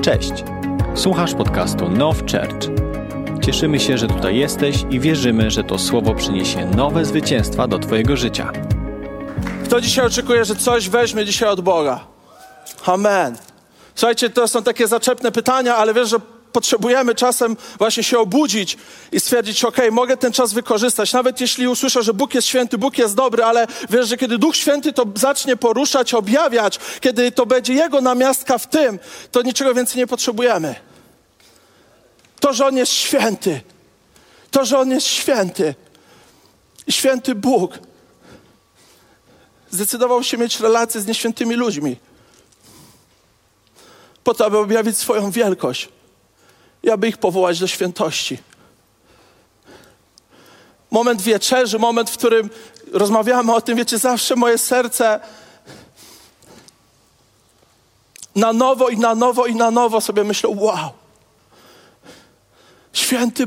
Cześć! Słuchasz podcastu Now Church. Cieszymy się, że tutaj jesteś i wierzymy, że to słowo przyniesie nowe zwycięstwa do Twojego życia. Kto dzisiaj oczekuje, że coś weźmie dzisiaj od Boga? Amen. Słuchajcie, to są takie zaczepne pytania, ale wiesz, że potrzebujemy czasem właśnie się obudzić i stwierdzić, okej, mogę ten czas wykorzystać. Nawet jeśli usłyszę, że Bóg jest święty, Bóg jest dobry, ale wiesz, że kiedy Duch Święty to zacznie poruszać, objawiać, kiedy to będzie Jego namiastka w tym, to niczego więcej nie potrzebujemy. To, że On jest święty. To, że On jest święty. I święty Bóg zdecydował się mieć relacje z nieświętymi ludźmi. Po to, aby objawić swoją wielkość i aby ich powołać do świętości. Moment wieczerzy, moment, w którym rozmawiamy o tym, wiecie, zawsze moje serce na nowo i na nowo i na nowo sobie myślę, wow, święty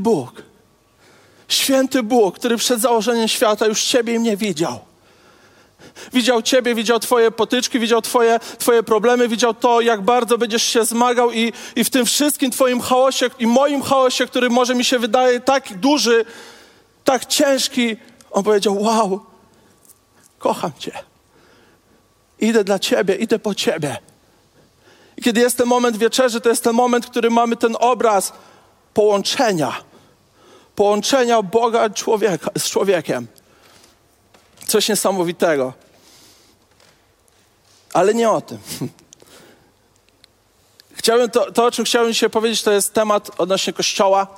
Bóg, który przed założeniem świata już Ciebie i mnie widział. Widział Ciebie, widział Twoje potyczki, widział Twoje problemy, widział to, jak bardzo będziesz się zmagał i w tym wszystkim Twoim chaosie i moim chaosie, który może mi się wydaje tak duży, tak ciężki, On powiedział, wow, kocham Cię. Idę dla Ciebie, idę po Ciebie. I kiedy jest ten moment wieczerzy, to jest ten moment, w którym mamy ten obraz połączenia Boga z człowiekiem. Coś niesamowitego. Ale nie o tym. O czym chciałbym dzisiaj powiedzieć, to jest temat odnośnie Kościoła.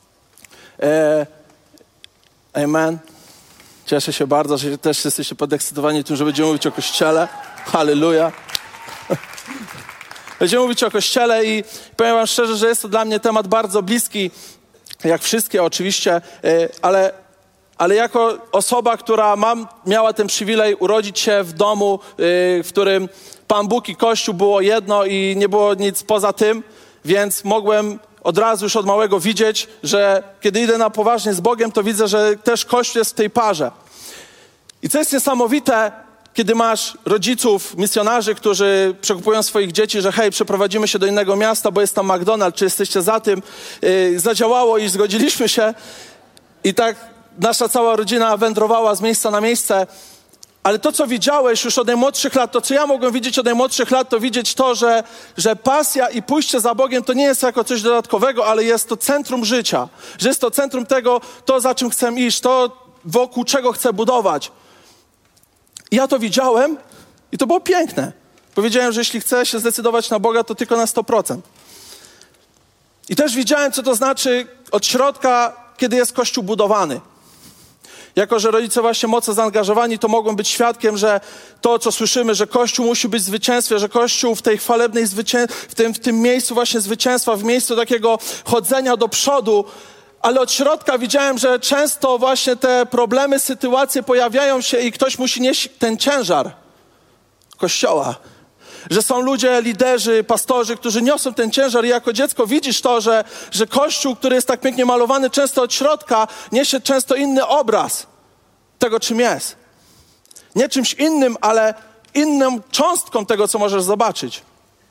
Amen. Cieszę się bardzo, że też jesteście podekscytowani tym, że będziemy mówić o Kościele. Halleluja. Będziemy mówić o Kościele i powiem wam szczerze, że jest to dla mnie temat bardzo bliski, jak wszystkie oczywiście, ale jako osoba, która miała ten przywilej urodzić się w domu, w którym Pan Bóg i Kościół było jedno i nie było nic poza tym, więc mogłem od razu już od małego widzieć, że kiedy idę na poważnie z Bogiem, to widzę, że też Kościół jest w tej parze. I co jest niesamowite, kiedy masz rodziców, misjonarzy, którzy przekupują swoich dzieci, że hej, przeprowadzimy się do innego miasta, bo jest tam McDonald's, czy jesteście za tym? Zadziałało i zgodziliśmy się i tak nasza cała rodzina wędrowała z miejsca na miejsce, ale to, co widziałeś już od najmłodszych lat, to, co ja mogłem widzieć od najmłodszych lat, to widzieć to, że pasja i pójście za Bogiem to nie jest jako coś dodatkowego, ale jest to centrum życia, że jest to centrum tego, to za czym chcę iść, to wokół czego chcę budować. I ja to widziałem i to było piękne. Powiedziałem, że jeśli chcę się zdecydować na Boga, to tylko na 100%. I też widziałem, co to znaczy od środka, kiedy jest Kościół budowany. Jako że rodzice właśnie mocno zaangażowani, to mogą być świadkiem, że to, co słyszymy, że Kościół musi być w zwycięstwie, że Kościół w tej chwalebnej w tym miejscu właśnie zwycięstwa, w miejscu takiego chodzenia do przodu, ale od środka widziałem, że często właśnie te problemy, sytuacje pojawiają się i ktoś musi nieść ten ciężar Kościoła. Że są ludzie, liderzy, pastorzy, którzy niosą ten ciężar i jako dziecko widzisz to, że Kościół, który jest tak pięknie malowany, często od środka niesie często inny obraz tego, czym jest. Nie czymś innym, ale inną cząstką tego, co możesz zobaczyć.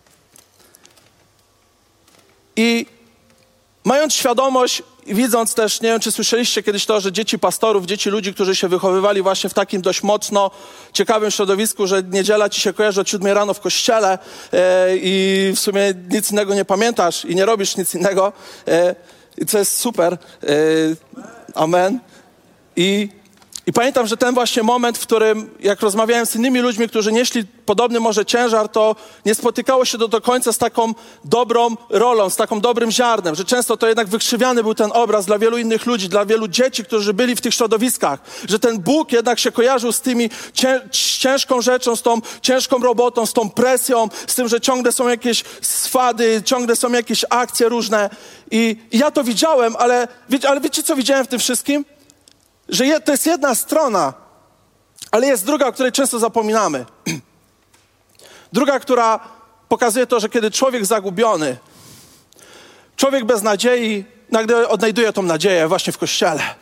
I mając świadomość i widząc też, nie wiem, czy słyszeliście kiedyś to, że dzieci pastorów, dzieci ludzi, którzy się wychowywali właśnie w takim dość mocno ciekawym środowisku, że niedziela ci się kojarzy od 7 rano w kościele i w sumie nic innego nie pamiętasz i nie robisz nic innego, co jest super. Amen. I pamiętam, że ten właśnie moment, w którym jak rozmawiałem z innymi ludźmi, którzy nieśli podobny może ciężar, to nie spotykało się do końca z taką dobrą rolą, z takim dobrym ziarnem, że często to jednak wykrzywiany był ten obraz dla wielu innych ludzi, dla wielu dzieci, którzy byli w tych środowiskach, że ten Bóg jednak się kojarzył z tymi ciężką rzeczą, z tą ciężką robotą, z tą presją, z tym, że ciągle są jakieś swady, ciągle są jakieś akcje różne i ja to widziałem, ale wiecie co widziałem w tym wszystkim? Że to jest jedna strona, ale jest druga, o której często zapominamy. Druga, która pokazuje to, że kiedy człowiek zagubiony, człowiek bez nadziei, nagle odnajduje tą nadzieję właśnie w Kościele.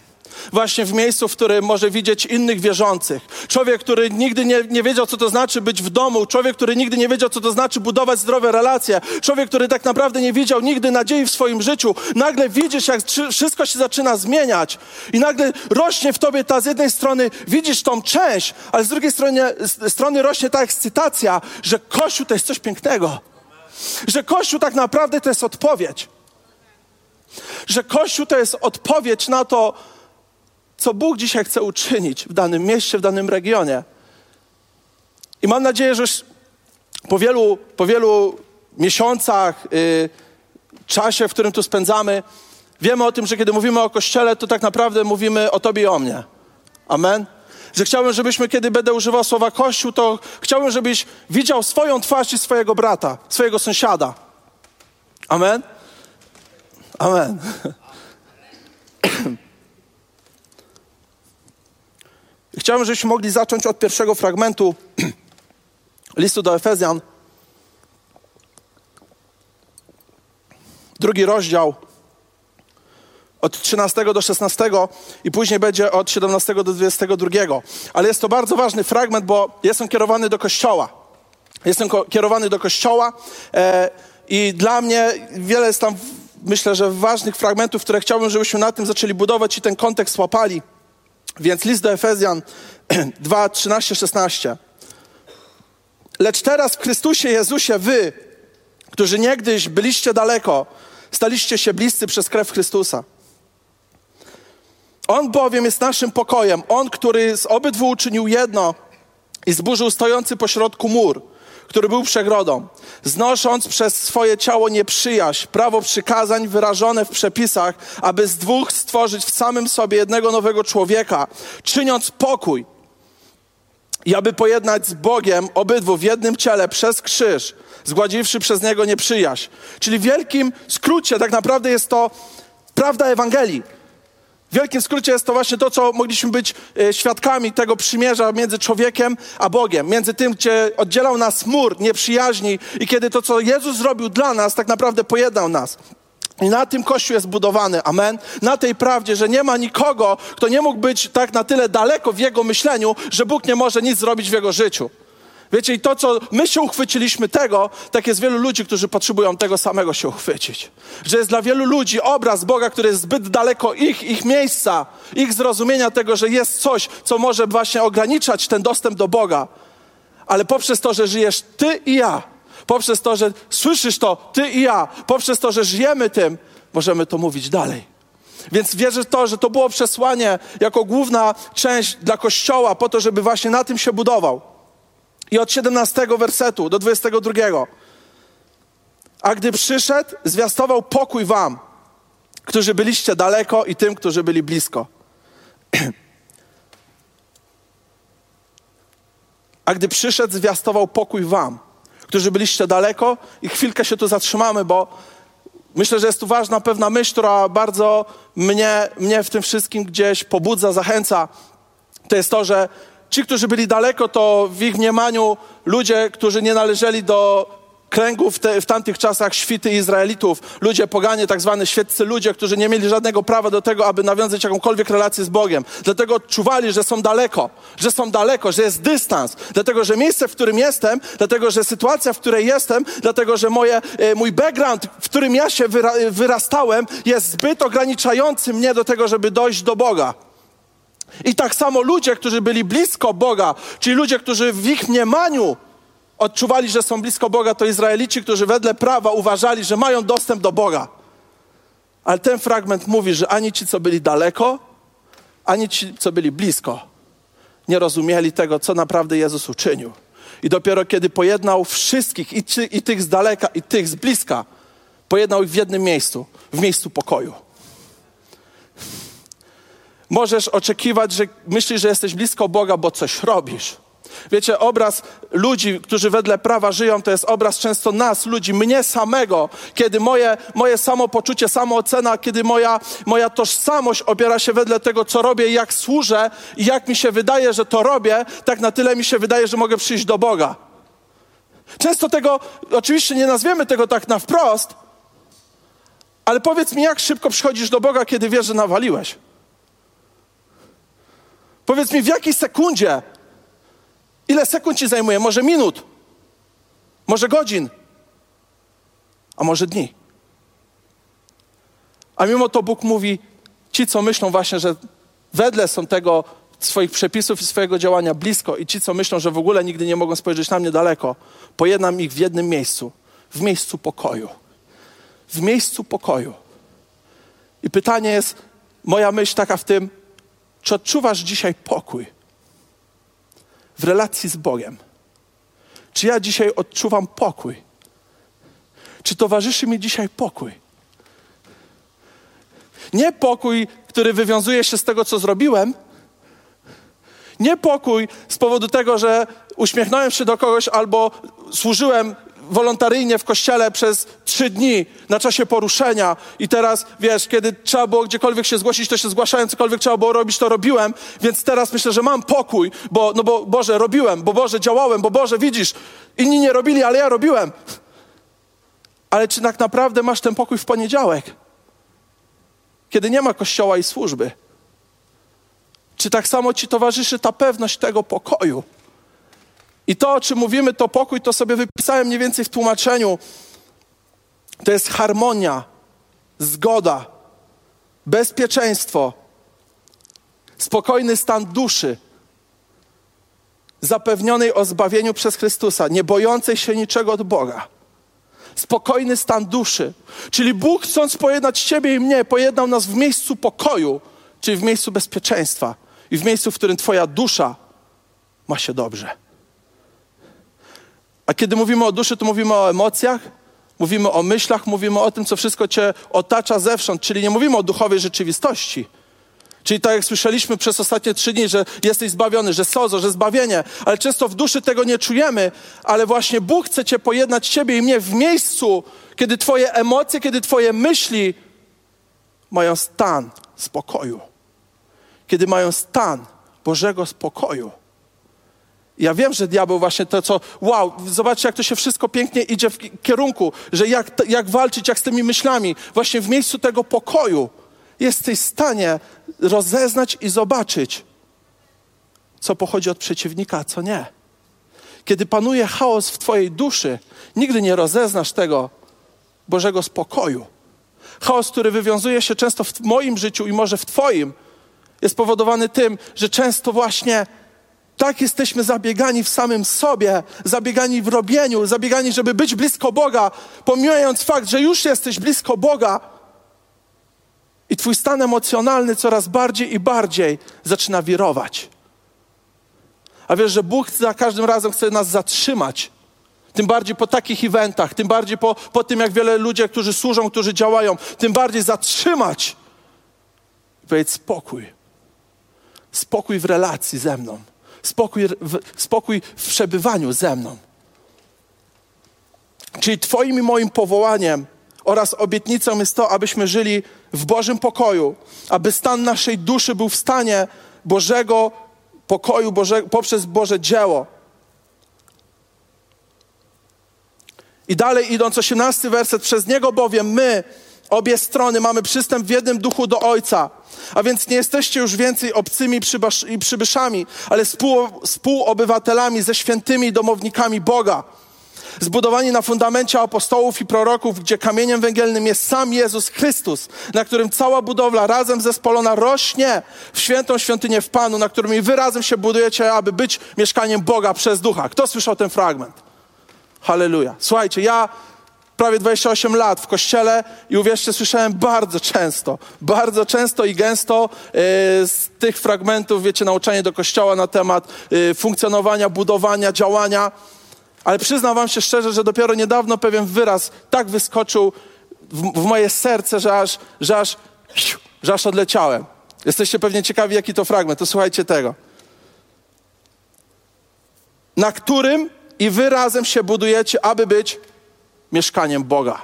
właśnie w miejscu, w którym może widzieć innych wierzących. Człowiek, który nigdy nie wiedział, co to znaczy być w domu. Człowiek, który nigdy nie wiedział, co to znaczy budować zdrowe relacje. Człowiek, który tak naprawdę nie widział nigdy nadziei w swoim życiu. Nagle widzisz, jak wszystko się zaczyna zmieniać i nagle rośnie w tobie z jednej strony widzisz tą część, ale z drugiej strony rośnie ta ekscytacja, że Kościół to jest coś pięknego. Że Kościół tak naprawdę to jest odpowiedź. Że Kościół to jest odpowiedź na to, co Bóg dzisiaj chce uczynić w danym mieście, w danym regionie. I mam nadzieję, że już po wielu miesiącach, czasie, w którym tu spędzamy, wiemy o tym, że kiedy mówimy o Kościele, to tak naprawdę mówimy o tobie i o mnie. Amen? Że chciałbym, żebyśmy, kiedy będę używał słowa Kościół, to chciałbym, żebyś widział swoją twarz i swojego brata, swojego sąsiada. Amen? Amen. Chciałbym, żebyśmy mogli zacząć od pierwszego fragmentu listu do Efezjan. 2 rozdział od 13 do 16 i później będzie od 17 do 22. Ale jest to bardzo ważny fragment, bo jest on kierowany do Kościoła. Jest on kierowany do Kościoła i dla mnie wiele jest tam, myślę, że ważnych fragmentów, które chciałbym, żebyśmy na tym zaczęli budować i ten kontekst łapali. Więc list do Efezjan 2, 13, 16. Lecz teraz w Chrystusie Jezusie wy, którzy niegdyś byliście daleko, staliście się bliscy przez krew Chrystusa. On bowiem jest naszym pokojem. On, który z obydwu uczynił jedno i zburzył stojący pośrodku mur, który był przegrodą, znosząc przez swoje ciało nieprzyjaźń, prawo przykazań wyrażone w przepisach, aby z dwóch stworzyć w samym sobie jednego nowego człowieka, czyniąc pokój i aby pojednać z Bogiem obydwu w jednym ciele przez krzyż, zgładziwszy przez niego nieprzyjaźń. Czyli w wielkim skrócie tak naprawdę jest to prawda Ewangelii. W wielkim skrócie jest to właśnie to, co mogliśmy być świadkami tego przymierza między człowiekiem a Bogiem. Między tym, gdzie oddzielał nas mur nieprzyjaźni i kiedy to, co Jezus zrobił dla nas, tak naprawdę pojednał nas. I na tym Kościół jest budowany, amen? Na tej prawdzie, że nie ma nikogo, kto nie mógł być tak na tyle daleko w jego myśleniu, że Bóg nie może nic zrobić w jego życiu. Wiecie, i to, co my się uchwyciliśmy tego, tak jest wielu ludzi, którzy potrzebują tego samego się uchwycić. Że jest dla wielu ludzi obraz Boga, który jest zbyt daleko ich miejsca, ich zrozumienia tego, że jest coś, co może właśnie ograniczać ten dostęp do Boga. Ale poprzez to, że żyjesz ty i ja, poprzez to, że słyszysz to ty i ja, poprzez to, że żyjemy tym, możemy to mówić dalej. Więc wierzę w to, że to było przesłanie jako główna część dla Kościoła po to, żeby właśnie na tym się budował. I od 17 wersetu do 22. A gdy przyszedł, zwiastował pokój wam, którzy byliście daleko i tym, którzy byli blisko. A gdy przyszedł, zwiastował pokój wam, którzy byliście daleko. I chwilkę się tu zatrzymamy, bo myślę, że jest tu ważna pewna myśl, która bardzo mnie w tym wszystkim gdzieś pobudza, zachęca. To jest to, że ci, którzy byli daleko, to w ich mniemaniu ludzie, którzy nie należeli do kręgów w tamtych czasach świty Izraelitów, ludzie poganie, tak zwane świeccy ludzie, którzy nie mieli żadnego prawa do tego, aby nawiązać jakąkolwiek relację z Bogiem. Dlatego odczuwali, że są daleko, że jest dystans. Dlatego, że miejsce, w którym jestem, dlatego, że sytuacja, w której jestem, dlatego, że mój background, w którym ja się wyrastałem, jest zbyt ograniczający mnie do tego, żeby dojść do Boga. I tak samo ludzie, którzy byli blisko Boga, czyli ludzie, którzy w ich mniemaniu odczuwali, że są blisko Boga, to Izraelici, którzy wedle prawa uważali, że mają dostęp do Boga. Ale ten fragment mówi, że ani ci, co byli daleko, ani ci, co byli blisko, nie rozumieli tego, co naprawdę Jezus uczynił. I dopiero kiedy pojednał wszystkich, i tych z daleka, i tych z bliska, pojednał ich w jednym miejscu, w miejscu pokoju. Możesz oczekiwać, że myślisz, że jesteś blisko Boga, bo coś robisz. Wiecie, obraz ludzi, którzy wedle prawa żyją, to jest obraz często nas, ludzi, mnie samego, kiedy moje samopoczucie, samoocena, kiedy moja tożsamość opiera się wedle tego, co robię i jak służę i jak mi się wydaje, że to robię, tak na tyle mi się wydaje, że mogę przyjść do Boga. Często tego, oczywiście nie nazwiemy tego tak na wprost, ale powiedz mi, jak szybko przychodzisz do Boga, kiedy wiesz, że nawaliłeś? Powiedz mi, w jakiej sekundzie? Ile sekund ci zajmuje? Może minut? Może godzin? A może dni? A mimo to Bóg mówi, ci, co myślą właśnie, że wedle są tego swoich przepisów i swojego działania blisko i ci, co myślą, że w ogóle nigdy nie mogą spojrzeć na mnie daleko, pojednam ich w jednym miejscu, w miejscu pokoju. W miejscu pokoju. I pytanie jest, moja myśl taka w tym, czy odczuwasz dzisiaj pokój w relacji z Bogiem? Czy ja dzisiaj odczuwam pokój? Czy towarzyszy mi dzisiaj pokój? Nie pokój, który wywiązuje się z tego, co zrobiłem. Nie pokój z powodu tego, że uśmiechnąłem się do kogoś albo służyłem wolontaryjnie w kościele przez 3 dni na czasie poruszenia i teraz, wiesz, kiedy trzeba było gdziekolwiek się zgłosić, to się zgłaszałem, cokolwiek trzeba było robić, to robiłem, więc teraz myślę, że mam pokój, bo Boże, robiłem, bo Boże, działałem, bo Boże, widzisz, inni nie robili, ale ja robiłem. Ale czy tak naprawdę masz ten pokój w poniedziałek, kiedy nie ma kościoła i służby? Czy tak samo ci towarzyszy ta pewność tego pokoju? I to, o czym mówimy, to pokój, to sobie wypisałem mniej więcej w tłumaczeniu. To jest harmonia, zgoda, bezpieczeństwo, spokojny stan duszy, zapewnionej o zbawieniu przez Chrystusa, nie bojącej się niczego od Boga. Spokojny stan duszy. Czyli Bóg, chcąc pojednać ciebie i mnie, pojednał nas w miejscu pokoju, czyli w miejscu bezpieczeństwa i w miejscu, w którym twoja dusza ma się dobrze. A kiedy mówimy o duszy, to mówimy o emocjach, mówimy o myślach, mówimy o tym, co wszystko cię otacza zewsząd, czyli nie mówimy o duchowej rzeczywistości. Czyli tak jak słyszeliśmy przez ostatnie 3 dni, że jesteś zbawiony, że sozo, że zbawienie, ale często w duszy tego nie czujemy, ale właśnie Bóg chce cię pojednać, ciebie i mnie w miejscu, kiedy twoje emocje, kiedy twoje myśli mają stan spokoju. Kiedy mają stan Bożego spokoju. Ja wiem, że diabeł właśnie to, co, wow, zobaczcie, jak to się wszystko pięknie idzie w kierunku, że jak walczyć, jak z tymi myślami. Właśnie w miejscu tego pokoju jesteś w stanie rozeznać i zobaczyć, co pochodzi od przeciwnika, a co nie. Kiedy panuje chaos w twojej duszy, nigdy nie rozeznasz tego Bożego spokoju. Chaos, który wywiązuje się często w moim życiu i może w twoim, jest powodowany tym, że często właśnie tak jesteśmy zabiegani w samym sobie, zabiegani w robieniu, zabiegani, żeby być blisko Boga, pomijając fakt, że już jesteś blisko Boga i twój stan emocjonalny coraz bardziej i bardziej zaczyna wirować. A wiesz, że Bóg za każdym razem chce nas zatrzymać. Tym bardziej po takich eventach, tym bardziej po tym, jak wiele ludzi, którzy służą, którzy działają, tym bardziej zatrzymać i powiedzieć spokój. Spokój w relacji ze mną. Spokój w przebywaniu ze mną. Czyli twoim i moim powołaniem oraz obietnicą jest to, abyśmy żyli w Bożym pokoju, aby stan naszej duszy był w stanie Bożego pokoju poprzez Boże dzieło. I dalej idąc, 18 werset, przez Niego bowiem my, obie strony, mamy przystęp w jednym duchu do Ojca. A więc nie jesteście już więcej obcymi i przybyszami, ale współobywatelami ze świętymi domownikami Boga. Zbudowani na fundamencie apostołów i proroków, gdzie kamieniem węgielnym jest sam Jezus Chrystus, na którym cała budowla razem zespolona rośnie w świętą świątynię w Panu, na którym i wy razem się budujecie, aby być mieszkaniem Boga przez Ducha. Kto słyszał ten fragment? Halleluja. Słuchajcie, ja prawie 28 lat w kościele i uwierzcie, słyszałem bardzo często i gęsto z tych fragmentów, wiecie, nauczanie do kościoła na temat funkcjonowania, budowania, działania. Ale przyznam wam się szczerze, że dopiero niedawno pewien wyraz tak wyskoczył w moje serce, że aż odleciałem. Jesteście pewnie ciekawi, jaki to fragment. To słuchajcie tego. Na którym i wy razem się budujecie, aby być mieszkaniem Boga.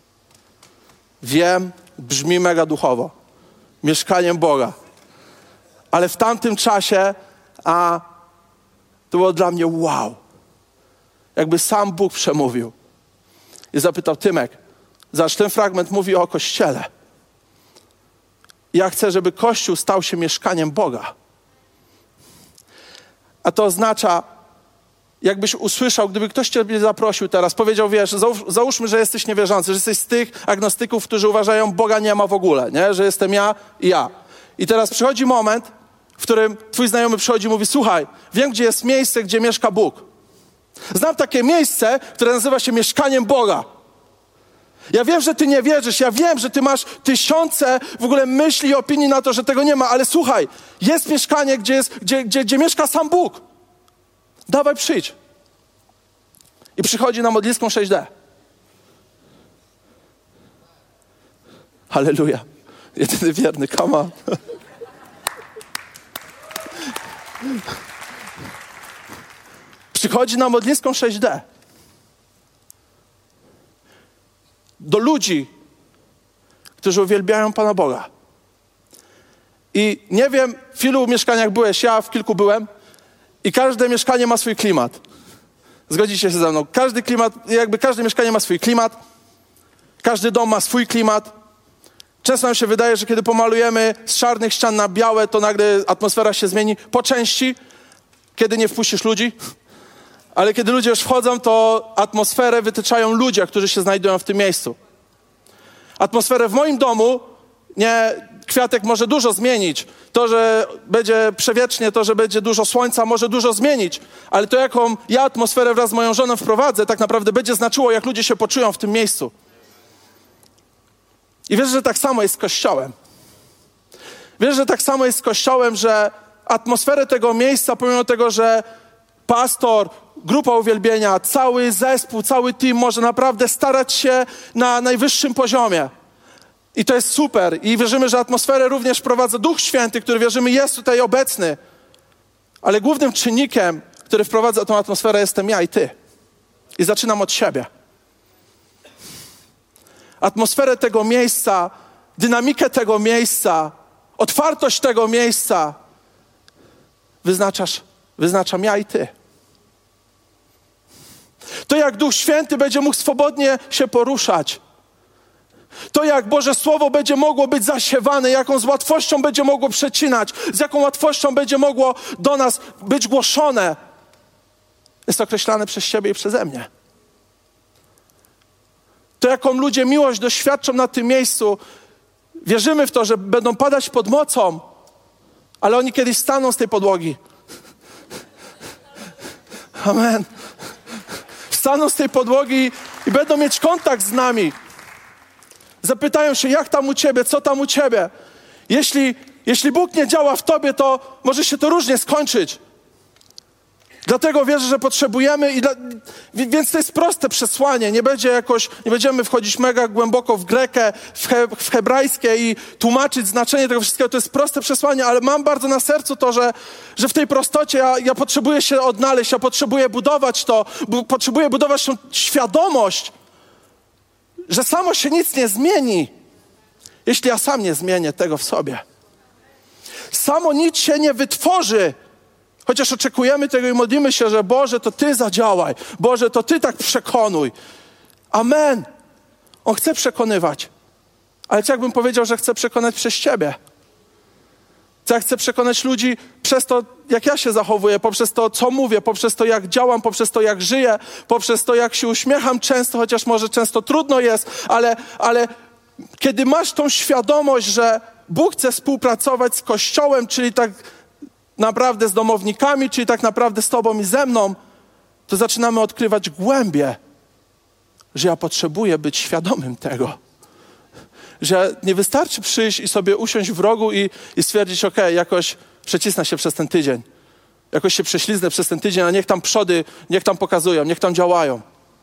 Wiem, brzmi mega duchowo. Mieszkaniem Boga. Ale w tamtym czasie to było dla mnie wow. Jakby sam Bóg przemówił. I zapytał, Tymek, zobacz, ten fragment mówi o Kościele. Ja chcę, żeby Kościół stał się mieszkaniem Boga. A to oznacza, jakbyś usłyszał, gdyby ktoś ciebie zaprosił teraz, powiedział, wiesz, załóżmy, że jesteś niewierzący, że jesteś z tych agnostyków, którzy uważają, Boga nie ma w ogóle, nie? Że jestem ja i ja. I teraz przychodzi moment, w którym twój znajomy przychodzi i mówi, słuchaj, wiem, gdzie jest miejsce, gdzie mieszka Bóg. Znam takie miejsce, które nazywa się mieszkaniem Boga. Ja wiem, że ty nie wierzysz, ja wiem, że ty masz tysiące w ogóle myśli i opinii na to, że tego nie ma, ale słuchaj, jest mieszkanie, gdzie mieszka sam Bóg. Dawaj, przyjdź. I przychodzi na modliską 6D. Halleluja. Jedyny wierny, come on. Przychodzi na modliską 6D. Do ludzi, którzy uwielbiają Pana Boga. I nie wiem, w ilu mieszkaniach byłeś, ja w kilku byłem i każde mieszkanie ma swój klimat. Zgodzicie się ze mną? Każde mieszkanie ma swój klimat, każdy dom ma swój klimat. Często nam się wydaje, że kiedy pomalujemy z czarnych ścian na białe, to nagle atmosfera się zmieni po części, kiedy nie wpuścisz ludzi. Ale kiedy ludzie już wchodzą, to atmosferę wytyczają ludzie, którzy się znajdują w tym miejscu. Atmosferę w moim domu, kwiatek może dużo zmienić. To, że będzie przewiecznie, to, że będzie dużo słońca, może dużo zmienić. Ale to, jaką ja atmosferę wraz z moją żoną wprowadzę, tak naprawdę będzie znaczyło, jak ludzie się poczują w tym miejscu. I wiesz, że tak samo jest z Kościołem. Wiesz, że tak samo jest z Kościołem, że atmosferę tego miejsca, pomimo tego, że pastor, grupa uwielbienia, cały zespół, cały team może naprawdę starać się na najwyższym poziomie. I to jest super. I wierzymy, że atmosferę również wprowadza Duch Święty, który wierzymy jest tutaj obecny. Ale głównym czynnikiem, który wprowadza tę atmosferę, jestem ja i ty. I zaczynam od siebie. Atmosferę tego miejsca, dynamikę tego miejsca, otwartość tego miejsca wyznaczam ja i ty. To, jak Duch Święty będzie mógł swobodnie się poruszać. To, jak Boże Słowo będzie mogło być zasiewane, jaką z łatwością będzie mogło przecinać, z jaką łatwością będzie mogło do nas być głoszone, jest określane przez ciebie i przeze mnie. To, jaką ludzie miłość doświadczą na tym miejscu, wierzymy w to, że będą padać pod mocą, ale oni kiedyś staną z tej podłogi. Amen. Wstaną z tej podłogi i będą mieć kontakt z nami. Zapytają się, jak tam u ciebie, co tam u ciebie. Jeśli Bóg nie działa w tobie, to może się to różnie skończyć. Dlatego wierzę, że potrzebujemy więc to jest proste przesłanie. Nie będziemy wchodzić mega głęboko w grekę, w hebrajskie i tłumaczyć znaczenie tego wszystkiego. To jest proste przesłanie, ale mam bardzo na sercu to, że w tej prostocie ja potrzebuję się odnaleźć, ja potrzebuję budować to, potrzebuję budować tą świadomość, że samo się nic nie zmieni, jeśli ja sam nie zmienię tego w sobie. Samo nic się nie wytworzy, chociaż oczekujemy tego i modlimy się, że Boże, to Ty zadziałaj. Boże, to Ty tak przekonuj. Amen. On chce przekonywać. Ale co jakbym powiedział, że chce przekonać przez Ciebie? Co ja chcę przekonać ludzi przez to, jak ja się zachowuję, poprzez to, co mówię, poprzez to, jak działam, poprzez to, jak żyję, poprzez to, jak się uśmiecham często, chociaż może często trudno jest, ale kiedy masz tą świadomość, że Bóg chce współpracować z Kościołem, czyli tak naprawdę z domownikami, czyli tak naprawdę z tobą i ze mną, to zaczynamy odkrywać głębie, że ja potrzebuję być świadomym tego. Że nie wystarczy przyjść i sobie usiąść w rogu i stwierdzić, jakoś przecisnę się przez ten tydzień. Jakoś się prześliznę przez ten tydzień, a niech tam przody, niech tam pokazują, niech tam działają.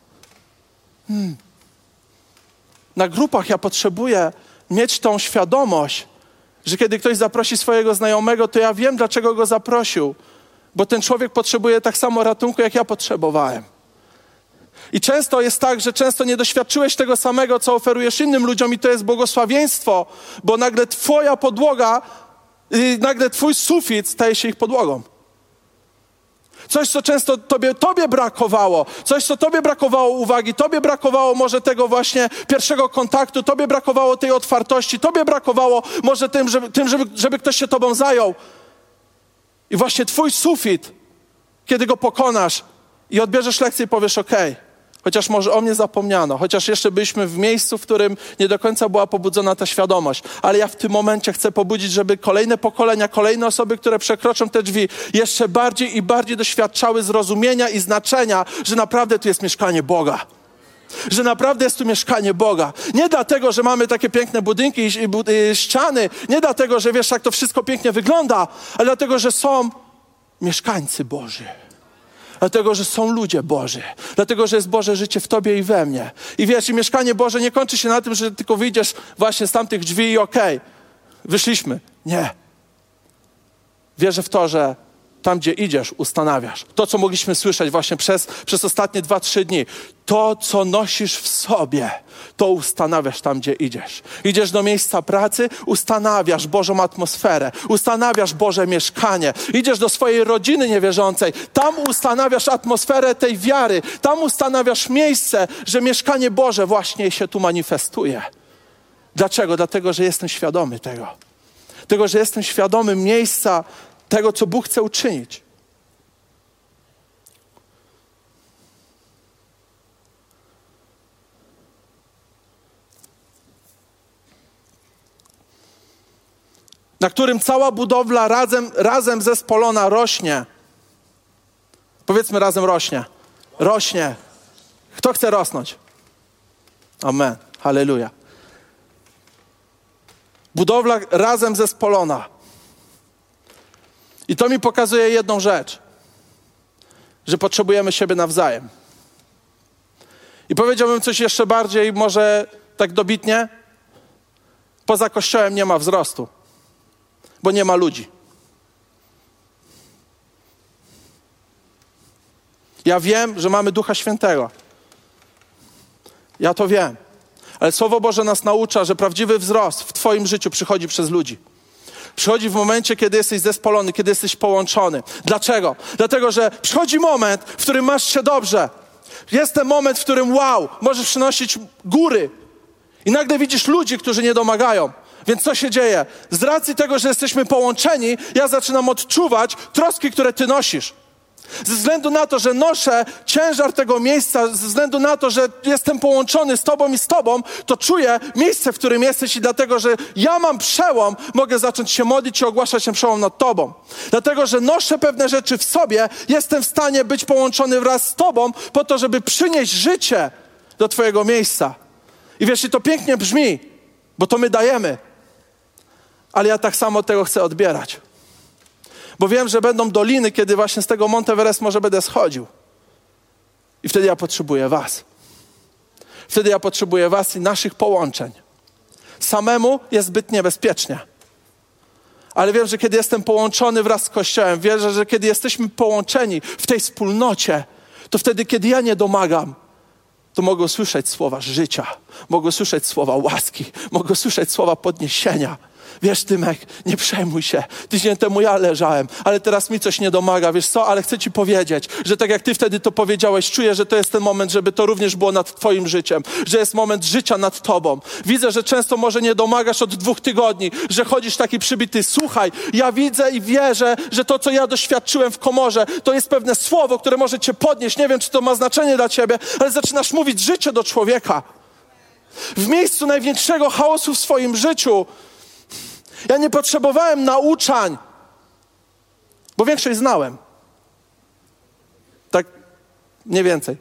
Na grupach ja potrzebuję mieć tą świadomość, że kiedy ktoś zaprosi swojego znajomego, to ja wiem, dlaczego go zaprosił. Bo ten człowiek potrzebuje tak samo ratunku, jak ja potrzebowałem. I często jest tak, że często nie doświadczyłeś tego samego, co oferujesz innym ludziom i to jest błogosławieństwo, bo nagle twoja podłoga, nagle twój sufit staje się ich podłogą. Coś, co często tobie brakowało, coś, co tobie brakowało uwagi, tobie brakowało może tego właśnie pierwszego kontaktu, tobie brakowało tej otwartości, tobie brakowało może żeby ktoś się tobą zajął. I właśnie twój sufit kiedy go pokonasz i odbierzesz lekcję i powiesz, okej, chociaż może o mnie zapomniano, chociaż jeszcze byliśmy w miejscu, w którym nie do końca była pobudzona ta świadomość, ale ja w tym momencie chcę pobudzić, żeby kolejne pokolenia, kolejne osoby, które przekroczą te drzwi, jeszcze bardziej i bardziej doświadczały zrozumienia i znaczenia, że naprawdę tu jest mieszkanie Boga. Że naprawdę jest tu mieszkanie Boga. Nie dlatego, że mamy takie piękne budynki i ściany, nie dlatego, że wiesz, jak to wszystko pięknie wygląda, ale dlatego, że są mieszkańcy Boży. Dlatego, że są ludzie Boży. Dlatego, że jest Boże życie w tobie i we mnie. I wiesz, i mieszkanie Boże nie kończy się na tym, że tylko wyjdziesz właśnie z tamtych drzwi i okej, wyszliśmy. Nie. Wierzę w to, że tam, gdzie idziesz, ustanawiasz. To, co mogliśmy słyszeć właśnie przez ostatnie 2-3 dni. To, co nosisz w sobie, to ustanawiasz tam, gdzie idziesz. Idziesz do miejsca pracy, ustanawiasz Bożą atmosferę, ustanawiasz Boże mieszkanie. Idziesz do swojej rodziny niewierzącej, tam ustanawiasz atmosferę tej wiary, tam ustanawiasz miejsce, że mieszkanie Boże właśnie się tu manifestuje. Dlaczego? Dlatego, że jestem świadomy tego. Tego, że jestem świadomy miejsca tego, co Bóg chce uczynić. Na którym cała budowla razem zespolona rośnie. Powiedzmy razem rośnie. Rośnie. Kto chce rosnąć? Amen. Halleluja. Budowla razem zespolona. I to mi pokazuje jedną rzecz. Że potrzebujemy siebie nawzajem. I powiedziałbym coś jeszcze bardziej, może tak dobitnie. Poza Kościołem nie ma wzrostu. Bo nie ma ludzi. Ja wiem, że mamy Ducha Świętego. Ja to wiem. Ale Słowo Boże nas naucza, że prawdziwy wzrost w twoim życiu przychodzi przez ludzi. Przychodzi w momencie, kiedy jesteś zespolony, kiedy jesteś połączony. Dlaczego? Dlatego, że przychodzi moment, w którym masz się dobrze. Jest ten moment, w którym możesz przynosić góry. I nagle widzisz ludzi, którzy nie domagają. Więc co się dzieje? Z racji tego, że jesteśmy połączeni, ja zaczynam odczuwać troski, które ty nosisz. Ze względu na to, że noszę ciężar tego miejsca, ze względu na to, że jestem połączony z tobą i z tobą, to czuję miejsce, w którym jesteś i dlatego, że ja mam przełom, mogę zacząć się modlić i ogłaszać ten przełom nad tobą. Dlatego, że noszę pewne rzeczy w sobie, jestem w stanie być połączony wraz z tobą po to, żeby przynieść życie do twojego miejsca. I wiesz, i to pięknie brzmi, bo to my dajemy. Ale ja tak samo od tego chcę odbierać. Bo wiem, że będą doliny, kiedy właśnie z tego Mount Everest może będę schodził. I wtedy ja potrzebuję was. Wtedy ja potrzebuję was i naszych połączeń. Samemu jest zbyt niebezpiecznie. Ale wiem, że kiedy jestem połączony wraz z Kościołem, wierzę, że kiedy jesteśmy połączeni w tej wspólnocie, to wtedy, kiedy ja nie domagam, to mogę usłyszeć słowa życia, mogę usłyszeć słowa łaski, mogę usłyszeć słowa podniesienia. Wiesz, Tymek, nie przejmuj się. Tydzień temu ja leżałem, ale teraz mi coś nie domaga. Wiesz co, ale chcę ci powiedzieć, że tak jak ty wtedy to powiedziałeś, czuję, że to jest ten moment, żeby to również było nad twoim życiem, że jest moment życia nad tobą. Widzę, że często może nie domagasz od 2 tygodni, że chodzisz taki przybity. Słuchaj, ja widzę i wierzę, że to, co ja doświadczyłem w komorze, to jest pewne słowo, które może cię podnieść. Nie wiem, czy to ma znaczenie dla ciebie, ale zaczynasz mówić życie do człowieka. W miejscu największego chaosu w swoim życiu ja nie potrzebowałem nauczań, bo większość znałem. Tak mniej więcej.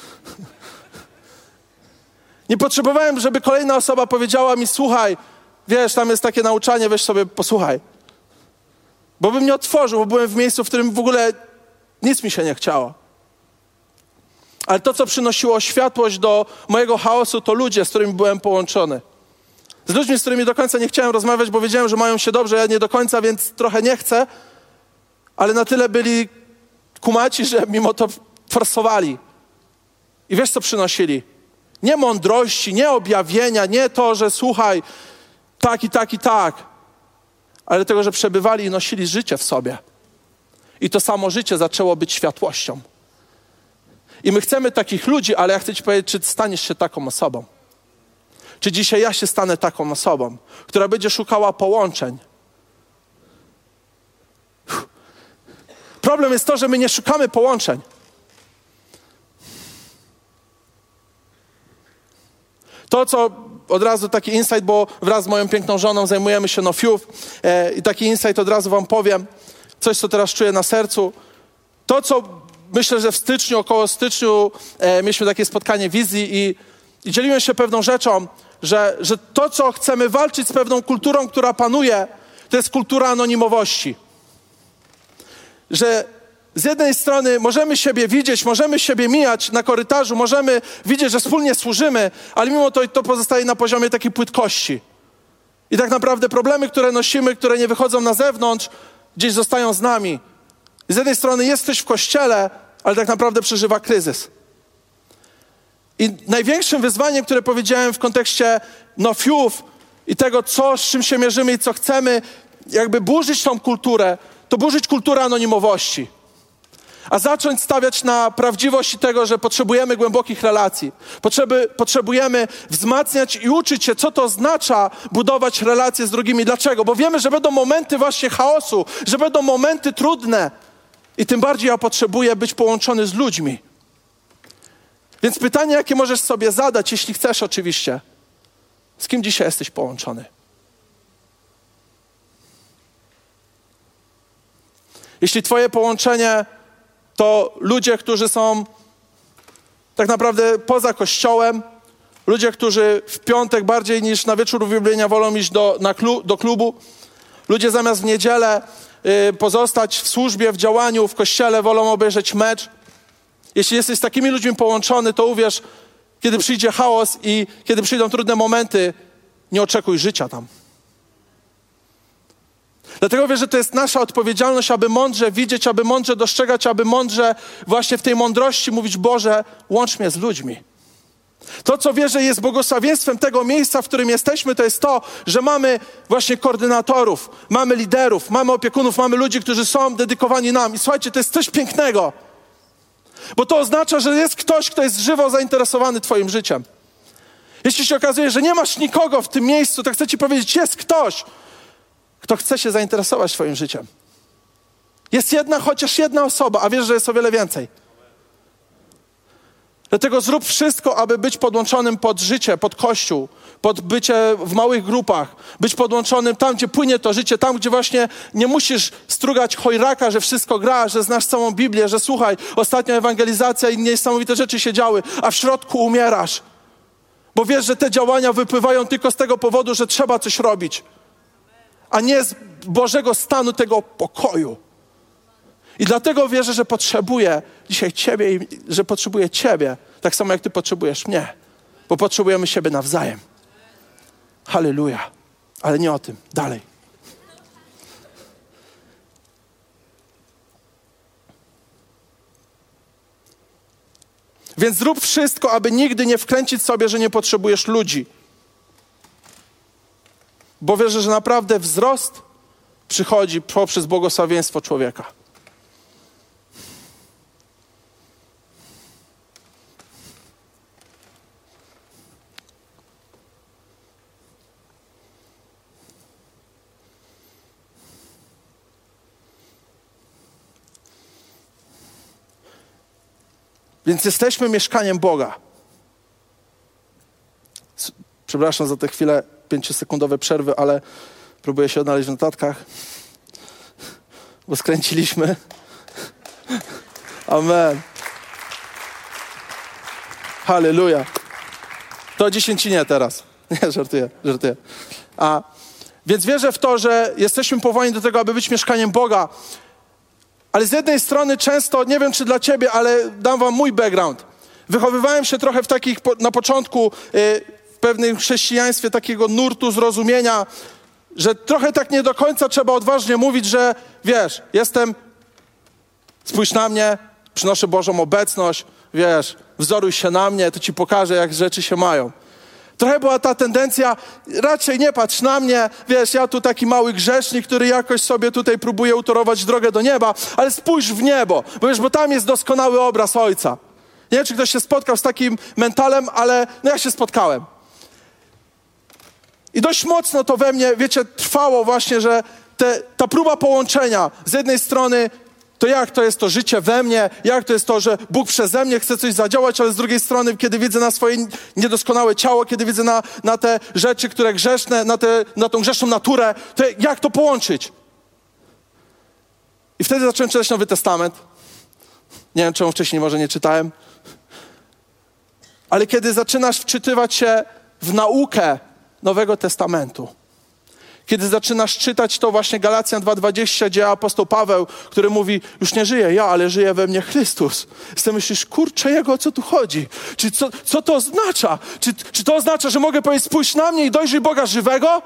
Nie potrzebowałem, żeby kolejna osoba powiedziała mi, słuchaj, wiesz, tam jest takie nauczanie, weź sobie, posłuchaj. Bo bym nie otworzył, bo byłem w miejscu, w którym w ogóle nic mi się nie chciało. Ale to, co przynosiło światłość do mojego chaosu, to ludzie, z którymi byłem połączony. Z ludźmi, z którymi do końca nie chciałem rozmawiać, bo wiedziałem, że mają się dobrze, ja nie do końca, więc trochę nie chcę, ale na tyle byli kumaci, że mimo to forsowali. I wiesz, co przynosili? Nie mądrości, nie objawienia, nie to, że słuchaj, tak i tak i tak, ale tego, że przebywali i nosili życie w sobie. I to samo życie zaczęło być światłością. I my chcemy takich ludzi, ale ja chcę ci powiedzieć, czy staniesz się taką osobą. Czy dzisiaj ja się stanę taką osobą, która będzie szukała połączeń. Problem jest to, że my nie szukamy połączeń. To, co od razu taki insight, bo wraz z moją piękną żoną zajmujemy się Youth i taki insight od razu wam powiem, coś, co teraz czuję na sercu. To, co myślę, że w styczniu, około styczniu mieliśmy takie spotkanie wizji i dzieliłem się pewną rzeczą, że to, co chcemy walczyć z pewną kulturą, która panuje, to jest kultura anonimowości. Że z jednej strony możemy siebie widzieć, możemy siebie mijać na korytarzu, możemy widzieć, że wspólnie służymy, ale mimo to pozostaje na poziomie takiej płytkości. I tak naprawdę problemy, które nosimy, które nie wychodzą na zewnątrz, gdzieś zostają z nami. I z jednej strony jest ktoś w kościele, ale tak naprawdę przeżywa kryzys. I największym wyzwaniem, które powiedziałem w kontekście Youth i tego, z czym się mierzymy i co chcemy, jakby burzyć tą kulturę, to burzyć kulturę anonimowości. A zacząć stawiać na prawdziwość tego, że potrzebujemy głębokich relacji. Potrzebujemy wzmacniać i uczyć się, co to oznacza budować relacje z drugimi. Dlaczego? Bo wiemy, że będą momenty właśnie chaosu, że będą momenty trudne. I tym bardziej ja potrzebuję być połączony z ludźmi. Więc pytanie, jakie możesz sobie zadać, jeśli chcesz oczywiście. Z kim dzisiaj jesteś połączony? Jeśli twoje połączenie to ludzie, którzy są tak naprawdę poza kościołem, ludzie, którzy w piątek bardziej niż na wieczór uwielbienia wolą iść do klubu, ludzie zamiast w niedzielę pozostać w służbie, w działaniu, w kościele, wolą obejrzeć mecz. Jeśli jesteś z takimi ludźmi połączony, to uwierz, kiedy przyjdzie chaos i kiedy przyjdą trudne momenty, nie oczekuj życia tam. Dlatego wierzę, że to jest nasza odpowiedzialność, aby mądrze widzieć, aby mądrze dostrzegać, aby mądrze właśnie w tej mądrości mówić: Boże, łącz mnie z ludźmi. To, co wierzę, jest błogosławieństwem tego miejsca, w którym jesteśmy, to jest to, że mamy właśnie koordynatorów, mamy liderów, mamy opiekunów, mamy ludzi, którzy są dedykowani nam. I słuchajcie, to jest coś pięknego, bo to oznacza, że jest ktoś, kto jest żywo zainteresowany twoim życiem. Jeśli się okazuje, że nie masz nikogo w tym miejscu, to chcę ci powiedzieć, jest ktoś, kto chce się zainteresować twoim życiem. Jest chociaż jedna osoba, a wiesz, że jest o wiele więcej. Dlatego zrób wszystko, aby być podłączonym pod życie, pod Kościół, pod bycie w małych grupach, być podłączonym tam, gdzie płynie to życie, tam, gdzie właśnie nie musisz strugać chojraka, że wszystko gra, że znasz całą Biblię, że słuchaj, ostatnia ewangelizacja i niesamowite rzeczy się działy, a w środku umierasz. Bo wiesz, że te działania wypływają tylko z tego powodu, że trzeba coś robić, a nie z Bożego stanu tego pokoju. I dlatego wierzę, że potrzebuję dzisiaj Ciebie i że potrzebuję Ciebie, tak samo jak Ty potrzebujesz mnie, bo potrzebujemy siebie nawzajem. Halleluja. Ale nie o tym. Dalej. Więc zrób wszystko, aby nigdy nie wkręcić sobie, że nie potrzebujesz ludzi. Bo wierzę, że naprawdę wzrost przychodzi poprzez błogosławieństwo człowieka. Więc jesteśmy mieszkaniem Boga. Przepraszam za te chwilę 5-sekundowe przerwy, ale próbuję się odnaleźć w notatkach, bo skręciliśmy. Amen. Halleluja. To o dziesięcinie teraz. Nie, żartuję. Więc wierzę w to, że jesteśmy powołani do tego, aby być mieszkaniem Boga. Ale z jednej strony często, nie wiem czy dla ciebie, ale dam wam mój background. Wychowywałem się trochę w takich, na początku w pewnym chrześcijaństwie takiego nurtu zrozumienia, że trochę tak nie do końca trzeba odważnie mówić, że wiesz, spójrz na mnie, przynoszę Bożą obecność, wiesz, wzoruj się na mnie, to ci pokażę, jak rzeczy się mają. Trochę była ta tendencja, raczej nie patrz na mnie, wiesz, ja tu taki mały grzesznik, który jakoś sobie tutaj próbuje utorować drogę do nieba, ale spójrz w niebo, bo tam jest doskonały obraz Ojca. Nie wiem, czy ktoś się spotkał z takim mentalem, ale ja się spotkałem. I dość mocno to we mnie, wiecie, trwało właśnie, że ta próba połączenia, z jednej strony to jak to jest to życie we mnie, jak to jest to, że Bóg przeze mnie chce coś zadziałać, ale z drugiej strony, kiedy widzę na swoje niedoskonałe ciało, kiedy widzę na te rzeczy, które grzeszne, na tą grzeszną naturę, to jak to połączyć? I wtedy zacząłem czytać Nowy Testament. Nie wiem, czemu wcześniej może nie czytałem. Ale kiedy zaczynasz wczytywać się w naukę Nowego Testamentu, kiedy zaczynasz czytać to właśnie Galacjan 2:20, gdzie apostoł Paweł, który mówi, już nie żyję ja, ale żyje we mnie Chrystus. I sobie myślisz, kurczę jego, o co tu chodzi? Co to oznacza? Czy to oznacza, że mogę powiedzieć, spójrz na mnie i dojrzyj Boga żywego?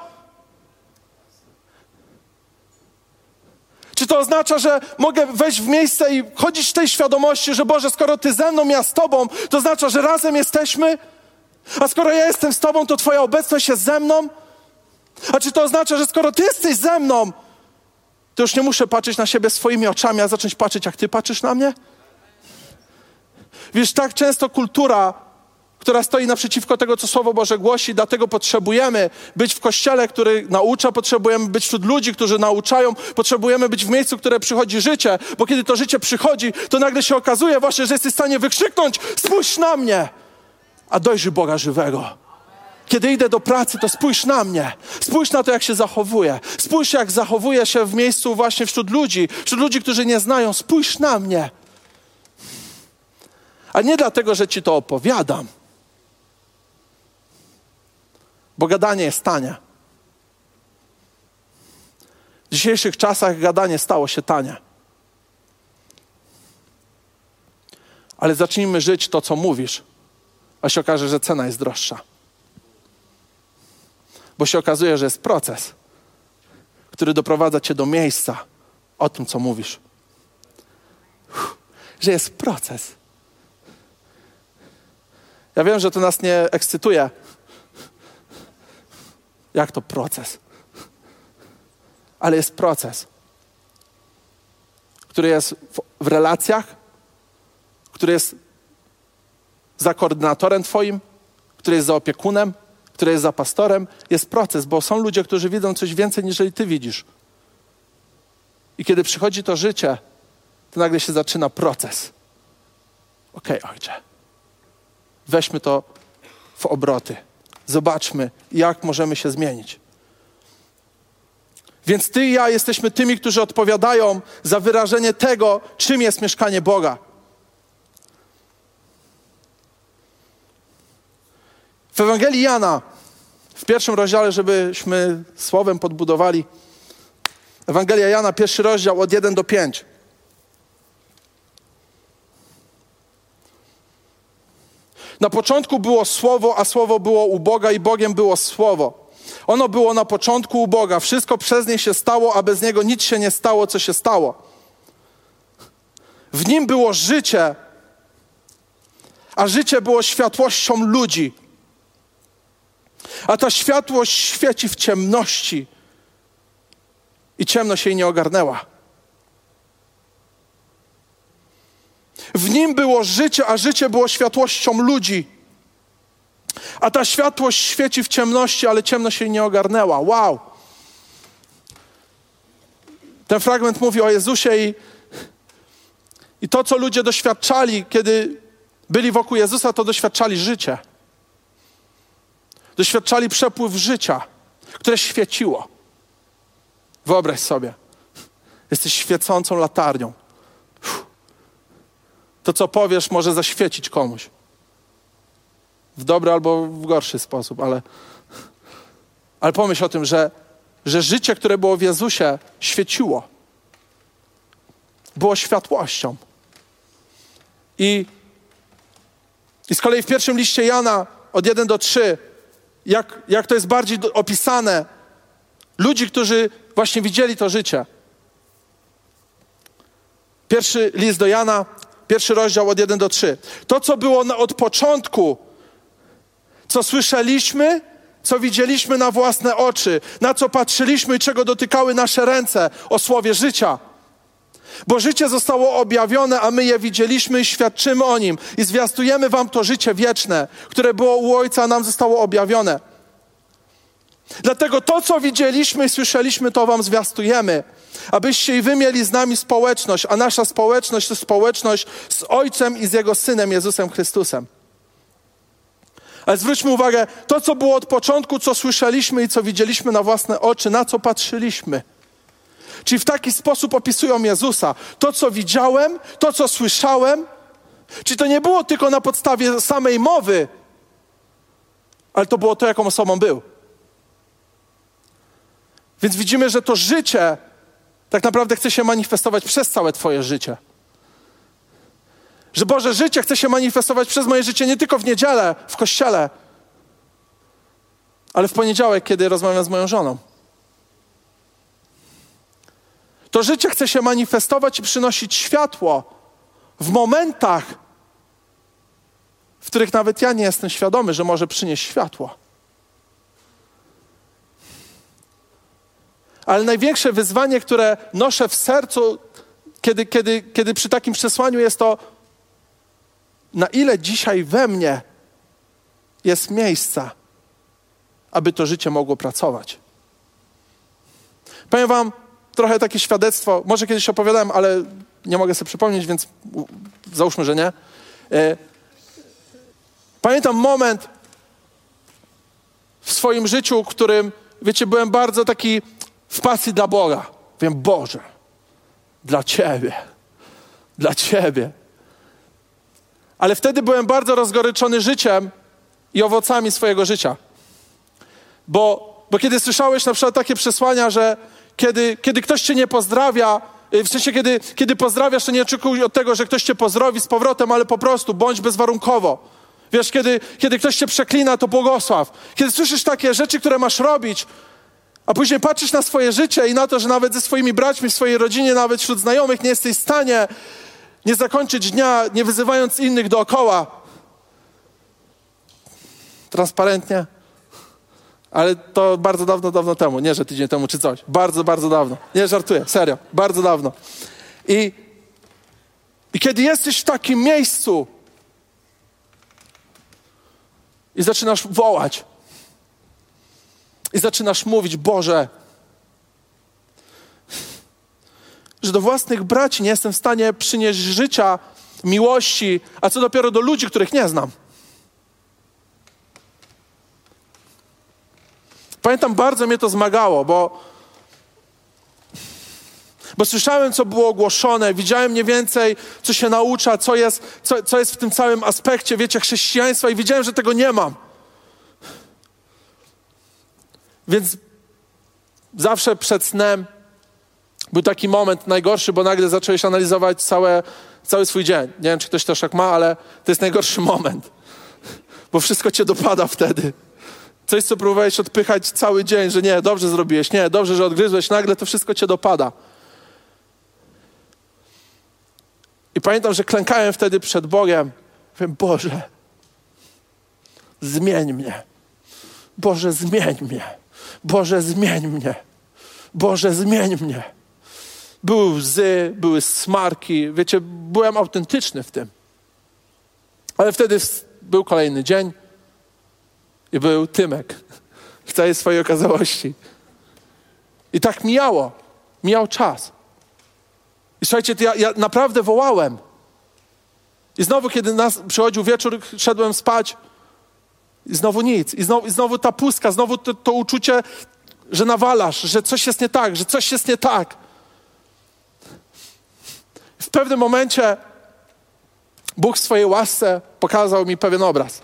Czy to oznacza, że mogę wejść w miejsce i chodzić w tej świadomości, że Boże, skoro Ty ze mną, ja z Tobą, to oznacza, że razem jesteśmy? A skoro ja jestem z Tobą, to Twoja obecność jest ze mną? A czy to oznacza, że skoro Ty jesteś ze mną, to już nie muszę patrzeć na siebie swoimi oczami, a zacząć patrzeć, jak Ty patrzysz na mnie? Wiesz, tak często kultura, która stoi naprzeciwko tego, co Słowo Boże głosi, dlatego potrzebujemy być w kościele, który naucza, potrzebujemy być wśród ludzi, którzy nauczają, potrzebujemy być w miejscu, które przychodzi życie, bo kiedy to życie przychodzi, to nagle się okazuje właśnie, że jesteś w stanie wykrzyknąć, spójrz na mnie, a dojrzyj Boga żywego. Kiedy idę do pracy, to spójrz na mnie. Spójrz na to, jak się zachowuję. Spójrz, jak zachowuję się w miejscu właśnie wśród ludzi, którzy nie znają. Spójrz na mnie. A nie dlatego, że ci to opowiadam, bo gadanie jest tanie. W dzisiejszych czasach gadanie stało się tanie. Ale zacznijmy żyć to, co mówisz, a się okaże, że cena jest droższa. Bo się okazuje, że jest proces, który doprowadza cię do miejsca o tym, co mówisz. Że jest proces. Ja wiem, że to nas nie ekscytuje. Jak to proces? Ale jest proces, który jest w relacjach, który jest za koordynatorem twoim, który jest za opiekunem, który jest za pastorem. Jest proces, bo są ludzie, którzy widzą coś więcej, niż ty widzisz. I kiedy przychodzi to życie, to nagle się zaczyna proces. Okej, Ojcze, weźmy to w obroty. Zobaczmy, jak możemy się zmienić. Więc ty i ja jesteśmy tymi, którzy odpowiadają za wyrażenie tego, czym jest mieszkanie Boga. W Ewangelii Jana, w 1 rozdziale, żebyśmy słowem podbudowali, Ewangelia Jana, 1 rozdział od 1 do 5. Na początku było Słowo, a Słowo było u Boga i Bogiem było Słowo. Ono było na początku u Boga. Wszystko przez nie się stało, a bez niego nic się nie stało, co się stało. W nim było życie, a życie było światłością ludzi. A ta światłość świeci w ciemności i ciemność jej nie ogarnęła. W nim było życie, a życie było światłością ludzi. A ta światłość świeci w ciemności, ale ciemność jej nie ogarnęła. Wow! Ten fragment mówi o Jezusie i to, co ludzie doświadczali, kiedy byli wokół Jezusa, to doświadczali życie. Doświadczali przepływ życia, które świeciło. Wyobraź sobie, jesteś świecącą latarnią. To, co powiesz, może zaświecić komuś. W dobry albo w gorszy sposób, ale pomyśl o tym, że życie, które było w Jezusie, świeciło. Było światłością. I z kolei w pierwszym liście Jana od 1 do 3, jak to jest bardziej opisane, ludzi, którzy właśnie widzieli to życie. Pierwszy list do Jana, 1 rozdział od 1 do 3. To, co było od początku, co słyszeliśmy, co widzieliśmy na własne oczy, na co patrzyliśmy i czego dotykały nasze ręce, o słowie życia. Bo życie zostało objawione, a my je widzieliśmy i świadczymy o nim. I zwiastujemy wam to życie wieczne, które było u Ojca, a nam zostało objawione. Dlatego to, co widzieliśmy i słyszeliśmy, to wam zwiastujemy, abyście i wy mieli z nami społeczność, a nasza społeczność to społeczność z Ojcem i z Jego Synem, Jezusem Chrystusem. Ale zwróćmy uwagę, to, co było od początku, co słyszeliśmy i co widzieliśmy na własne oczy, na co patrzyliśmy. Czyli w taki sposób opisują Jezusa. To, co widziałem, to, co słyszałem, czyli to nie było tylko na podstawie samej mowy, ale to było to, jaką osobą był. Więc widzimy, że to życie tak naprawdę chce się manifestować przez całe twoje życie. Że Boże życie chce się manifestować przez moje życie nie tylko w niedzielę, w kościele, ale w poniedziałek, kiedy rozmawiam z moją żoną. To życie chce się manifestować i przynosić światło w momentach, w których nawet ja nie jestem świadomy, że może przynieść światło. Ale największe wyzwanie, które noszę w sercu, kiedy przy takim przesłaniu jest to, na ile dzisiaj we mnie jest miejsca, aby to życie mogło pracować. Powiem wam trochę takie świadectwo, może kiedyś opowiadałem, ale nie mogę sobie przypomnieć, więc załóżmy, że nie. Pamiętam moment w swoim życiu, w którym, wiecie, byłem bardzo taki w pasji dla Boga. Wiem, Boże, dla Ciebie. Ale wtedy byłem bardzo rozgoryczony życiem i owocami swojego życia. Bo kiedy słyszałeś na przykład takie przesłania, że kiedy ktoś cię nie pozdrawia, w sensie kiedy pozdrawiasz, to nie oczekuj od tego, że ktoś cię pozdrowi z powrotem, ale po prostu bądź bezwarunkowo. Wiesz, kiedy ktoś cię przeklina, to błogosław. Kiedy słyszysz takie rzeczy, które masz robić, a później patrzysz na swoje życie i na to, że nawet ze swoimi braćmi, w swojej rodzinie, nawet wśród znajomych nie jesteś w stanie nie zakończyć dnia, nie wyzywając innych dookoła. Transparentnie. Ale to bardzo dawno temu. Nie, że tydzień temu czy coś. Bardzo dawno. Nie, żartuję. Serio. Bardzo dawno. I kiedy jesteś w takim miejscu i zaczynasz wołać i zaczynasz mówić, Boże, że do własnych braci nie jestem w stanie przynieść życia, miłości, a co dopiero do ludzi, których nie znam. Pamiętam, bardzo mnie to zmagało, bo słyszałem, co było ogłoszone, widziałem mniej więcej, co się naucza, co jest w tym całym aspekcie, wiecie, chrześcijaństwa i wiedziałem, że tego nie mam. Więc zawsze przed snem był taki moment najgorszy, bo nagle zacząłeś analizować cały swój dzień. Nie wiem, czy ktoś też tak ma, ale to jest najgorszy moment, bo wszystko cię dopada wtedy. Coś, co próbowałeś odpychać cały dzień, że nie, dobrze zrobiłeś, nie, dobrze, że odgryzłeś, nagle to wszystko cię dopada. I pamiętam, że klękałem wtedy przed Bogiem. Mówię, Boże, zmień mnie. Boże, zmień mnie. Boże, zmień mnie. Boże, zmień mnie. Były łzy, były smarki. Wiecie, byłem autentyczny w tym. Ale wtedy był kolejny dzień i był Tymek w całej swojej okazałości. I tak mijał czas. I słuchajcie, ja naprawdę wołałem. I znowu, kiedy przychodził wieczór, szedłem spać i znowu nic. I znowu ta pustka, znowu to uczucie, że nawalasz, że coś jest nie tak. W pewnym momencie Bóg w swojej łasce pokazał mi pewien obraz.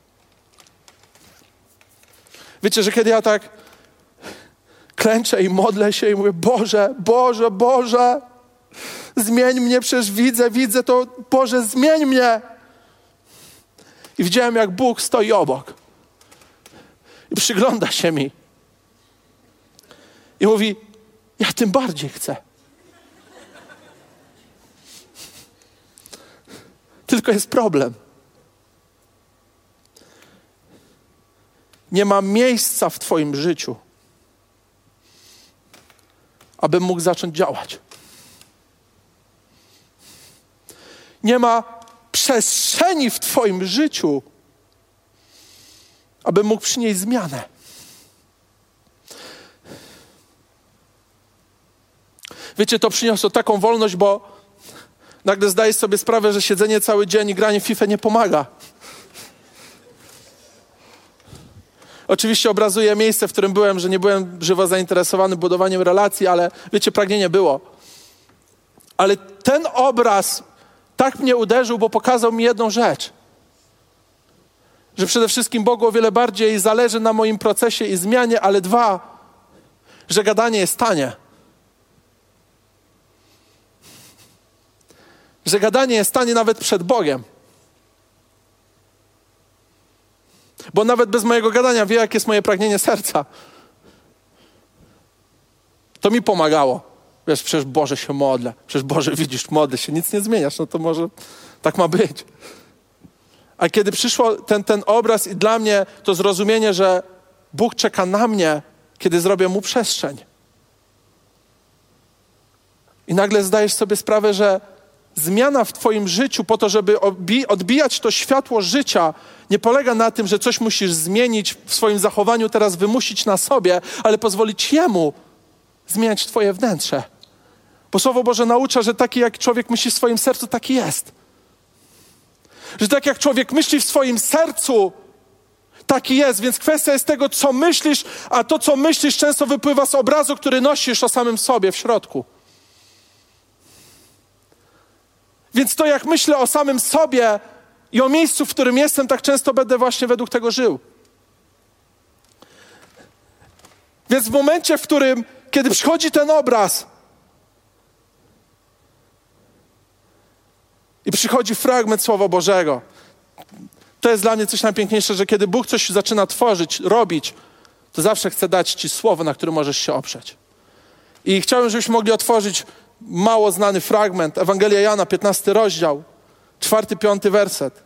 Wiecie, że kiedy ja tak klęczę i modlę się i mówię, Boże, zmień mnie, przecież widzę to, Boże, zmień mnie. I widziałem, jak Bóg stoi obok i przygląda się mi i mówi, ja tym bardziej chcę. Tylko jest problem. Nie ma miejsca w twoim życiu, abym mógł zacząć działać. Nie ma przestrzeni w twoim życiu, abym mógł przynieść zmianę. Wiecie, to przyniosło taką wolność, bo nagle zdajesz sobie sprawę, że siedzenie cały dzień i granie w FIFA nie pomaga. Oczywiście obrazuję miejsce, w którym byłem, że nie byłem żywo zainteresowany budowaniem relacji, ale wiecie, pragnienie było. Ale ten obraz tak mnie uderzył, bo pokazał mi jedną rzecz. Że przede wszystkim Bogu o wiele bardziej zależy na moim procesie i zmianie, ale dwa, że gadanie jest tanie. Że gadanie jest tanie nawet przed Bogiem. Bo nawet bez mojego gadania wie, jakie jest moje pragnienie serca. To mi pomagało. Wiesz, przecież Boże się modlę. Przecież Boże widzisz, modlę się, nic nie zmieniasz. No to może tak ma być. A kiedy przyszło ten obraz i dla mnie to zrozumienie, że Bóg czeka na mnie, kiedy zrobię Mu przestrzeń. I nagle zdajesz sobie sprawę, że zmiana w twoim życiu po to, żeby odbijać to światło życia, nie polega na tym, że coś musisz zmienić w swoim zachowaniu, teraz wymusić na sobie, ale pozwolić Jemu zmieniać twoje wnętrze. Bo Słowo Boże naucza, że taki jak człowiek myśli w swoim sercu, taki jest. Że tak jak człowiek myśli w swoim sercu, taki jest. Więc kwestia jest tego, co myślisz, a to, co myślisz, często wypływa z obrazu, który nosisz o samym sobie w środku. Więc to, jak myślę o samym sobie i o miejscu, w którym jestem, tak często będę właśnie według tego żył. Więc w momencie, w którym, kiedy przychodzi ten obraz i przychodzi fragment Słowa Bożego, to jest dla mnie coś najpiękniejsze, że kiedy Bóg coś zaczyna tworzyć, robić, to zawsze chce dać ci słowo, na którym możesz się oprzeć. I chciałem, żebyśmy mogli otworzyć mało znany fragment, Ewangelia Jana, 15 rozdział, 4-5 werset.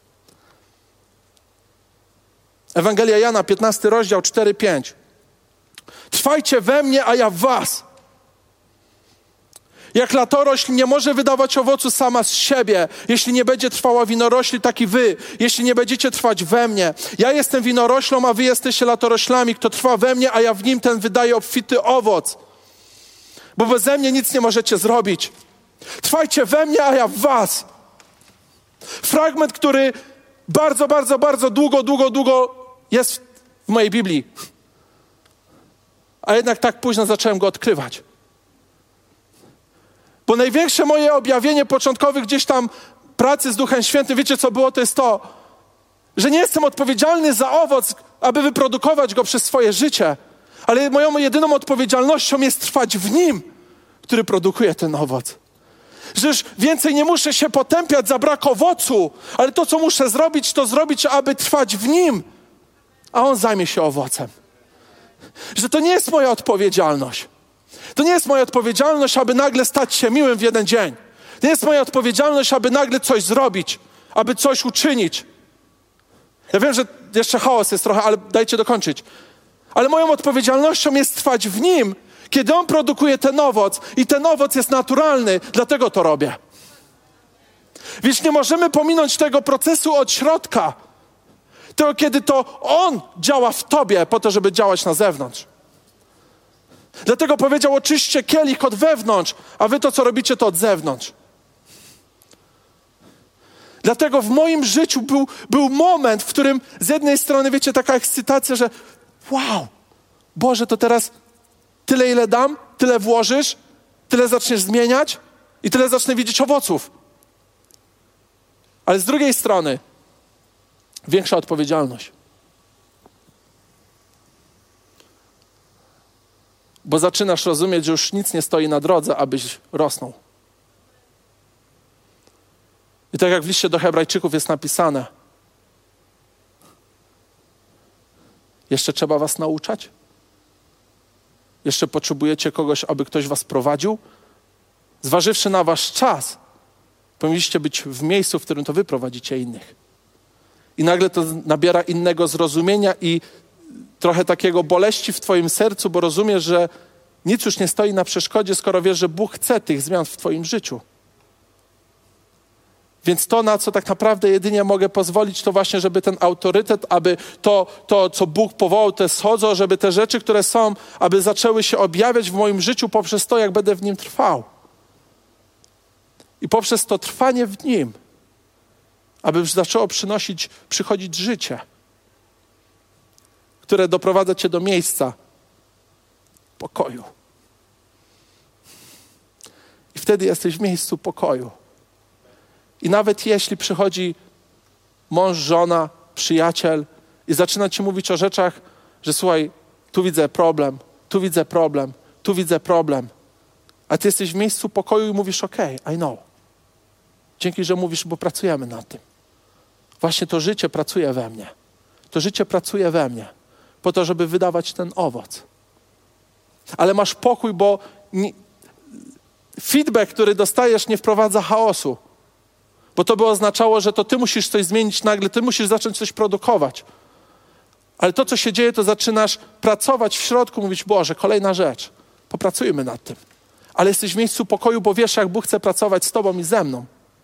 Ewangelia Jana, 15 rozdział, 4-5. Trwajcie we mnie, a ja w was. Jak latorośl nie może wydawać owocu sama z siebie, jeśli nie będzie trwała winorośli, tak i wy, jeśli nie będziecie trwać we mnie. Ja jestem winoroślą, a wy jesteście latoroślami. Kto trwa we mnie, a ja w nim, ten wydaje obfity owoc. Bo beze mnie nic nie możecie zrobić. Trwajcie we mnie, a ja w was. Fragment, który bardzo, bardzo, bardzo długo jest w mojej Biblii. A jednak tak późno zacząłem go odkrywać. Bo największe moje objawienie początkowych gdzieś tam pracy z Duchem Świętym, wiecie co było? To jest to, że nie jestem odpowiedzialny za owoc, aby wyprodukować go przez swoje życie. Ale moją jedyną odpowiedzialnością jest trwać w Nim, który produkuje ten owoc. Że już więcej nie muszę się potępiać za brak owocu, ale to, co muszę zrobić, to zrobić, aby trwać w Nim, a On zajmie się owocem. Że to nie jest moja odpowiedzialność. To nie jest moja odpowiedzialność, aby nagle stać się miłym w jeden dzień. To nie jest moja odpowiedzialność, aby nagle coś zrobić, aby coś uczynić. Ja wiem, że jeszcze chaos jest trochę, ale dajcie dokończyć. Ale moją odpowiedzialnością jest trwać w Nim, kiedy On produkuje ten owoc i ten owoc jest naturalny, dlatego to robię. Więc nie możemy pominąć tego procesu od środka, tylko kiedy to On działa w tobie po to, żeby działać na zewnątrz. Dlatego powiedział, oczyśćcie kielich od wewnątrz, a wy to, co robicie, to od zewnątrz. Dlatego w moim życiu był moment, w którym z jednej strony, wiecie, taka ekscytacja, że wow, Boże, to teraz tyle, ile dam, tyle włożysz, tyle zaczniesz zmieniać i tyle zacznę widzieć owoców. Ale z drugiej strony większa odpowiedzialność. Bo zaczynasz rozumieć, że już nic nie stoi na drodze, abyś rosnął. I tak jak w liście do Hebrajczyków jest napisane, jeszcze trzeba was nauczać? Jeszcze potrzebujecie kogoś, aby ktoś was prowadził? Zważywszy na wasz czas, powinniście być w miejscu, w którym to wy prowadzicie innych. I nagle to nabiera innego zrozumienia i trochę takiego boleści w twoim sercu, bo rozumiesz, że nic już nie stoi na przeszkodzie, skoro wiesz, że Bóg chce tych zmian w twoim życiu. Więc to, na co tak naprawdę jedynie mogę pozwolić, to właśnie, żeby ten autorytet, aby to co Bóg powołał, te schodzą, żeby te rzeczy, które są, aby zaczęły się objawiać w moim życiu poprzez to, jak będę w nim trwał. I poprzez to trwanie w nim, aby zaczęło przychodzić życie, które doprowadza cię do miejsca pokoju. I wtedy jesteś w miejscu pokoju. I nawet jeśli przychodzi mąż, żona, przyjaciel i zaczyna ci mówić o rzeczach, że słuchaj, tu widzę problem, tu widzę problem, tu widzę problem. A ty jesteś w miejscu pokoju i mówisz, okej, I know. Dzięki, że mówisz, bo pracujemy nad tym. Właśnie to życie pracuje we mnie. To życie pracuje we mnie po to, żeby wydawać ten owoc. Ale masz pokój, bo feedback, który dostajesz, nie wprowadza chaosu. Bo to by oznaczało, że to ty musisz coś zmienić nagle, ty musisz zacząć coś produkować. Ale to, co się dzieje, to zaczynasz pracować w środku, mówić, Boże, kolejna rzecz, popracujmy nad tym. Ale jesteś w miejscu pokoju, bo wiesz, jak Bóg chce pracować z tobą i ze mną.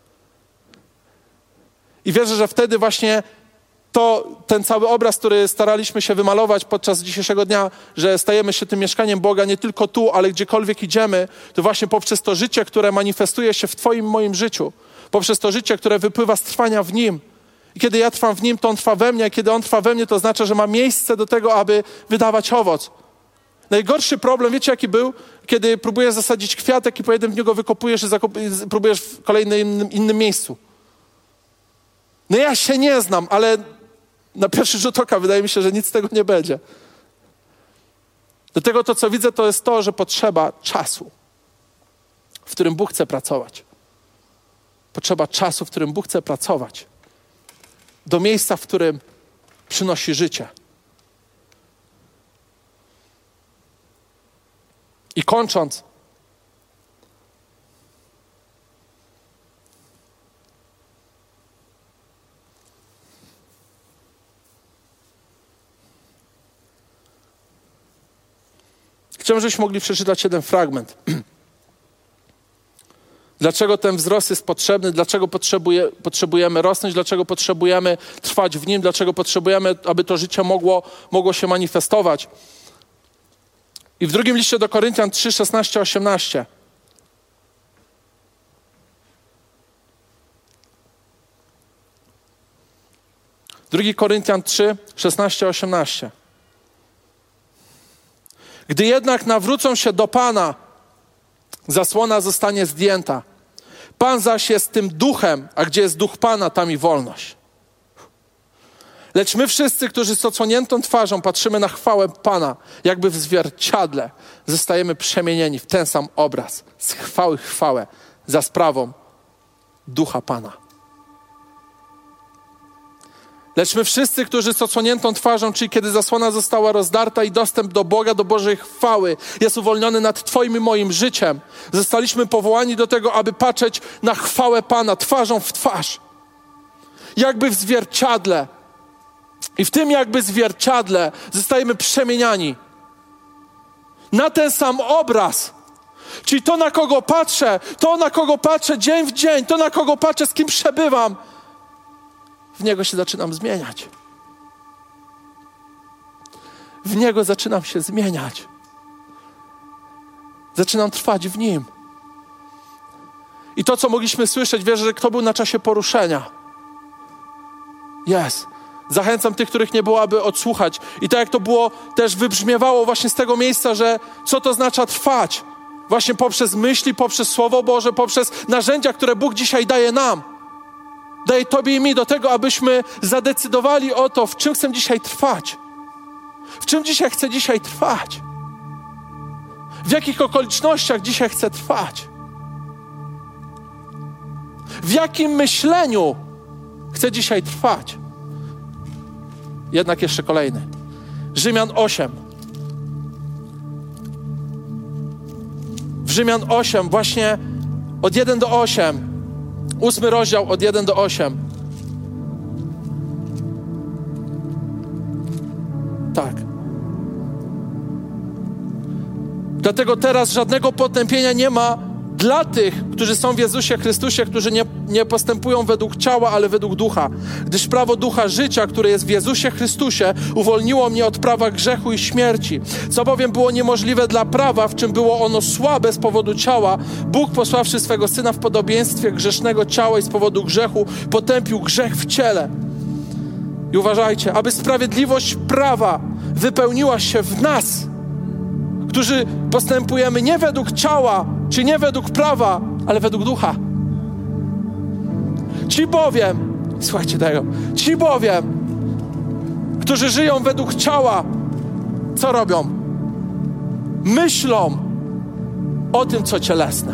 I wierzę, że wtedy właśnie ten cały obraz, który staraliśmy się wymalować podczas dzisiejszego dnia, że stajemy się tym mieszkaniem Boga nie tylko tu, ale gdziekolwiek idziemy, to właśnie poprzez to życie, które manifestuje się w twoim, moim życiu, poprzez to życie, które wypływa z trwania w Nim. I kiedy ja trwam w Nim, to On trwa we mnie, a kiedy On trwa we mnie, to oznacza, że ma miejsce do tego, aby wydawać owoc. Najgorszy problem, wiecie jaki był? Kiedy próbujesz zasadzić kwiatek i po jednym dniu go wykopujesz i próbujesz w kolejnym innym miejscu. No ja się nie znam, ale na pierwszy rzut oka wydaje mi się, że nic z tego nie będzie. Dlatego to, co widzę, to jest to, że potrzeba czasu, w którym Bóg chce pracować. Potrzeba czasu, w którym Bóg chce pracować. Do miejsca, w którym przynosi życie. I kończąc, chciałbym, żebyśmy mogli przeczytać jeden fragment. Dlaczego ten wzrost jest potrzebny? Dlaczego potrzebujemy rosnąć? Dlaczego potrzebujemy trwać w Nim? Dlaczego potrzebujemy, aby to życie mogło się manifestować? I w drugim liście do Koryntian 3, 16, 18. Drugi Koryntian 3, 16, 18. Gdy jednak nawrócą się do Pana, zasłona zostanie zdjęta. Pan zaś jest tym duchem, a gdzie jest duch Pana, tam i wolność. Lecz my wszyscy, którzy z odsłoniętą twarzą patrzymy na chwałę Pana, jakby w zwierciadle, zostajemy przemienieni w ten sam obraz, z chwały w chwałę, za sprawą ducha Pana. Lecz my wszyscy, którzy z odsłoniętą twarzą, czyli kiedy zasłona została rozdarta i dostęp do Boga, do Bożej chwały jest uwolniony nad twoim i moim życiem, zostaliśmy powołani do tego, aby patrzeć na chwałę Pana twarzą w twarz. Jakby w zwierciadle. I w tym jakby zwierciadle zostajemy przemieniani na ten sam obraz. Czyli to, na kogo patrzę dzień w dzień, to, na kogo patrzę, z kim przebywam, w Niego się zaczynam zmieniać. W Niego zaczynam się zmieniać. Zaczynam trwać w Nim. I to, co mogliśmy słyszeć, wierzę, że kto był na czasie poruszenia. Jest. Zachęcam tych, których nie było, aby odsłuchać. I tak jak to było, też wybrzmiewało właśnie z tego miejsca, że co to oznacza trwać? Właśnie poprzez myśli, poprzez Słowo Boże, poprzez narzędzia, które Bóg dzisiaj daje nam. Daje Tobie i mi do tego, abyśmy zadecydowali o to, w czym chcę dzisiaj trwać. W czym dzisiaj chcę trwać. W jakich okolicznościach dzisiaj chcę trwać. W jakim myśleniu chcę dzisiaj trwać. Jednak jeszcze kolejny. Rzymian 8. W Rzymian 8 właśnie od 1 do 8. 8 rozdział od 1 do 8. Tak. Dlatego teraz żadnego potępienia nie ma dla tych, którzy są w Jezusie Chrystusie, którzy nie nie postępują według ciała, ale według ducha. Gdyż prawo ducha życia, które jest w Jezusie Chrystusie, uwolniło mnie od prawa grzechu i śmierci. Co bowiem było niemożliwe dla prawa, w czym było ono słabe z powodu ciała, Bóg, posławszy swego Syna w podobieństwie grzesznego ciała i z powodu grzechu, potępił grzech w ciele. I uważajcie, aby sprawiedliwość prawa wypełniła się w nas, którzy postępujemy nie według ciała, czy nie według prawa, ale według ducha. Ci bowiem, słuchajcie tego, ci bowiem, którzy żyją według ciała, co robią? Myślą o tym, co cielesne.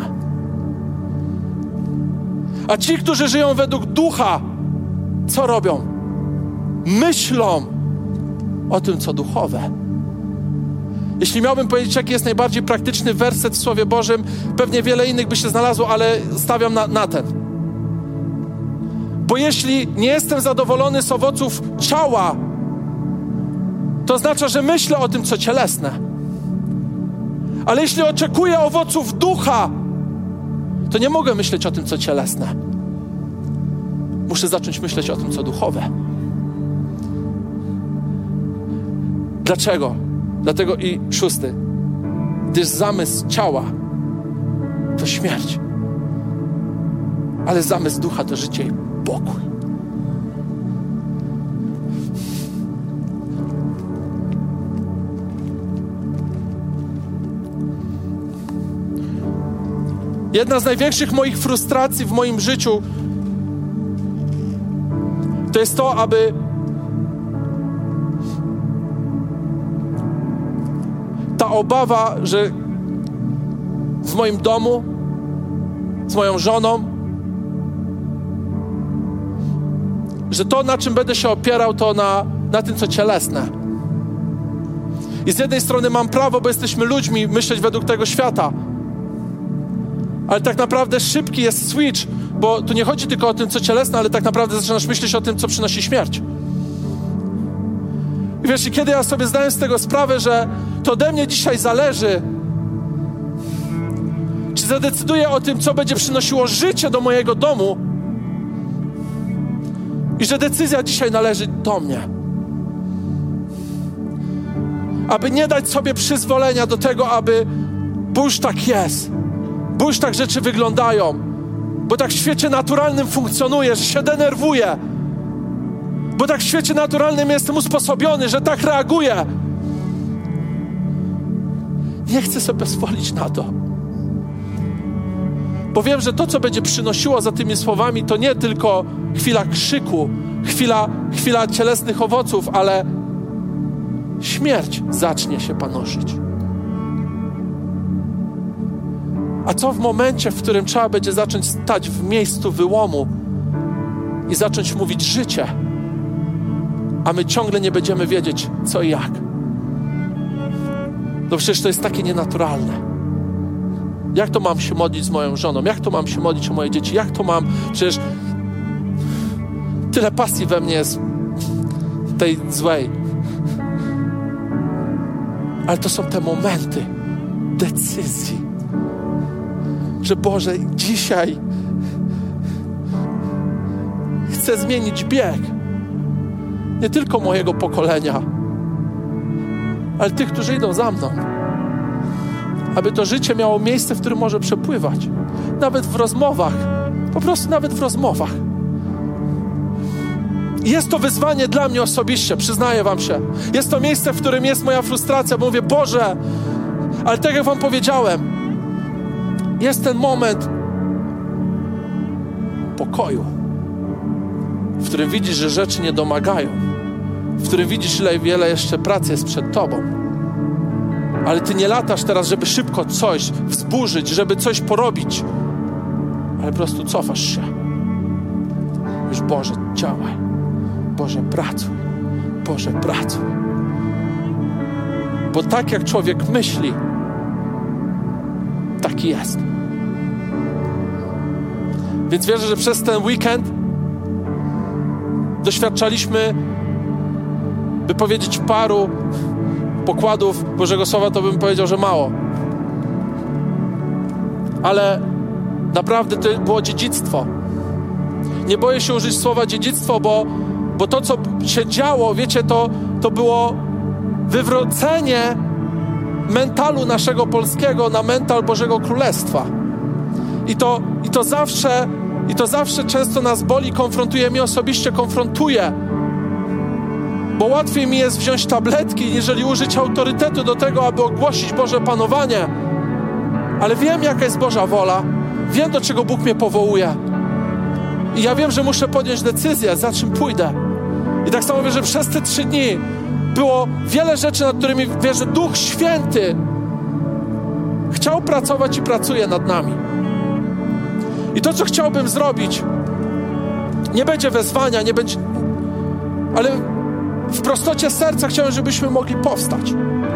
A ci, którzy żyją według ducha, co robią? Myślą o tym, co duchowe. Jeśli miałbym powiedzieć, jaki jest najbardziej praktyczny werset w Słowie Bożym, pewnie wiele innych by się znalazło, ale stawiam na ten. Bo jeśli nie jestem zadowolony z owoców ciała, to oznacza, że myślę o tym, co cielesne. Ale jeśli oczekuję owoców ducha, to nie mogę myśleć o tym, co cielesne. Muszę zacząć myśleć o tym, co duchowe. Dlaczego? Dlatego i 6. Gdyż zamysł ciała to śmierć, ale zamysł ducha to życie i pokój. Jedna z największych moich frustracji w moim życiu to jest to, aby ta obawa, że w moim domu z moją żoną, że to, na czym będę się opierał, to na tym, co cielesne. I z jednej strony mam prawo, bo jesteśmy ludźmi, myśleć według tego świata. Ale tak naprawdę szybki jest switch, bo tu nie chodzi tylko o tym, co cielesne, ale tak naprawdę zaczynasz myśleć o tym, co przynosi śmierć. I wiesz, kiedy ja sobie zdaję z tego sprawę, że to ode mnie dzisiaj zależy, czy zadecyduję o tym, co będzie przynosiło życie do mojego domu i że decyzja dzisiaj należy do mnie. Aby nie dać sobie przyzwolenia do tego, bo już tak jest, bo już tak rzeczy wyglądają, bo tak w świecie naturalnym funkcjonuję, że się denerwuję, bo tak w świecie naturalnym jestem usposobiony, że tak reaguję. Nie chcę sobie pozwolić na to. Bo wiem, że to, co będzie przynosiło za tymi słowami, to nie tylko chwila krzyku, chwila cielesnych owoców, ale śmierć zacznie się panoszyć. A co w momencie, w którym trzeba będzie zacząć stać w miejscu wyłomu i zacząć mówić życie, a my ciągle nie będziemy wiedzieć, co i jak? No przecież to jest takie nienaturalne. Jak to mam się modlić z moją żoną? Jak to mam się modlić o moje dzieci? Jak to mam? Przecież tyle pasji we mnie jest tej złej. Ale to są te momenty decyzji, że Boże, dzisiaj chcę zmienić bieg nie tylko mojego pokolenia, ale tych, którzy idą za mną. Aby to życie miało miejsce, w którym może przepływać. Nawet w rozmowach. Po prostu nawet w rozmowach. Jest to wyzwanie dla mnie osobiście, przyznaję wam się. Jest to miejsce, w którym jest moja frustracja, bo mówię, Boże, ale tak jak wam powiedziałem, jest ten moment pokoju, w którym widzisz, że rzeczy nie domagają, w którym widzisz, ile wiele jeszcze pracy jest przed tobą. Ale ty nie latasz teraz, żeby szybko coś wzburzyć, żeby coś porobić, ale po prostu cofasz się. Już Boże, działaj. Boże, pracuj. Boże, pracuj. Bo tak jak człowiek myśli, taki jest. Więc wierzę, że przez ten weekend doświadczaliśmy, by powiedzieć, paru pokładów Bożego Słowa, to bym powiedział, że mało. Ale naprawdę to było dziedzictwo. Nie boję się użyć słowa dziedzictwo, bo to, co się działo, wiecie, to było wywrócenie mentalu naszego polskiego na mental Bożego Królestwa. I to zawsze często nas boli, konfrontuje, mnie osobiście konfrontuje. Bo łatwiej mi jest wziąć tabletki, niżeli użyć autorytetu do tego, aby ogłosić Boże panowanie. Ale wiem, jaka jest Boża wola. Wiem, do czego Bóg mnie powołuje. I ja wiem, że muszę podjąć decyzję, za czym pójdę. I tak samo wiem, że przez te 3 dni było wiele rzeczy, nad którymi wiem, że Duch Święty chciał pracować i pracuje nad nami. I to, co chciałbym zrobić, nie będzie wezwania, nie będzie... Ale w prostocie serca chciałem, żebyśmy mogli powstać.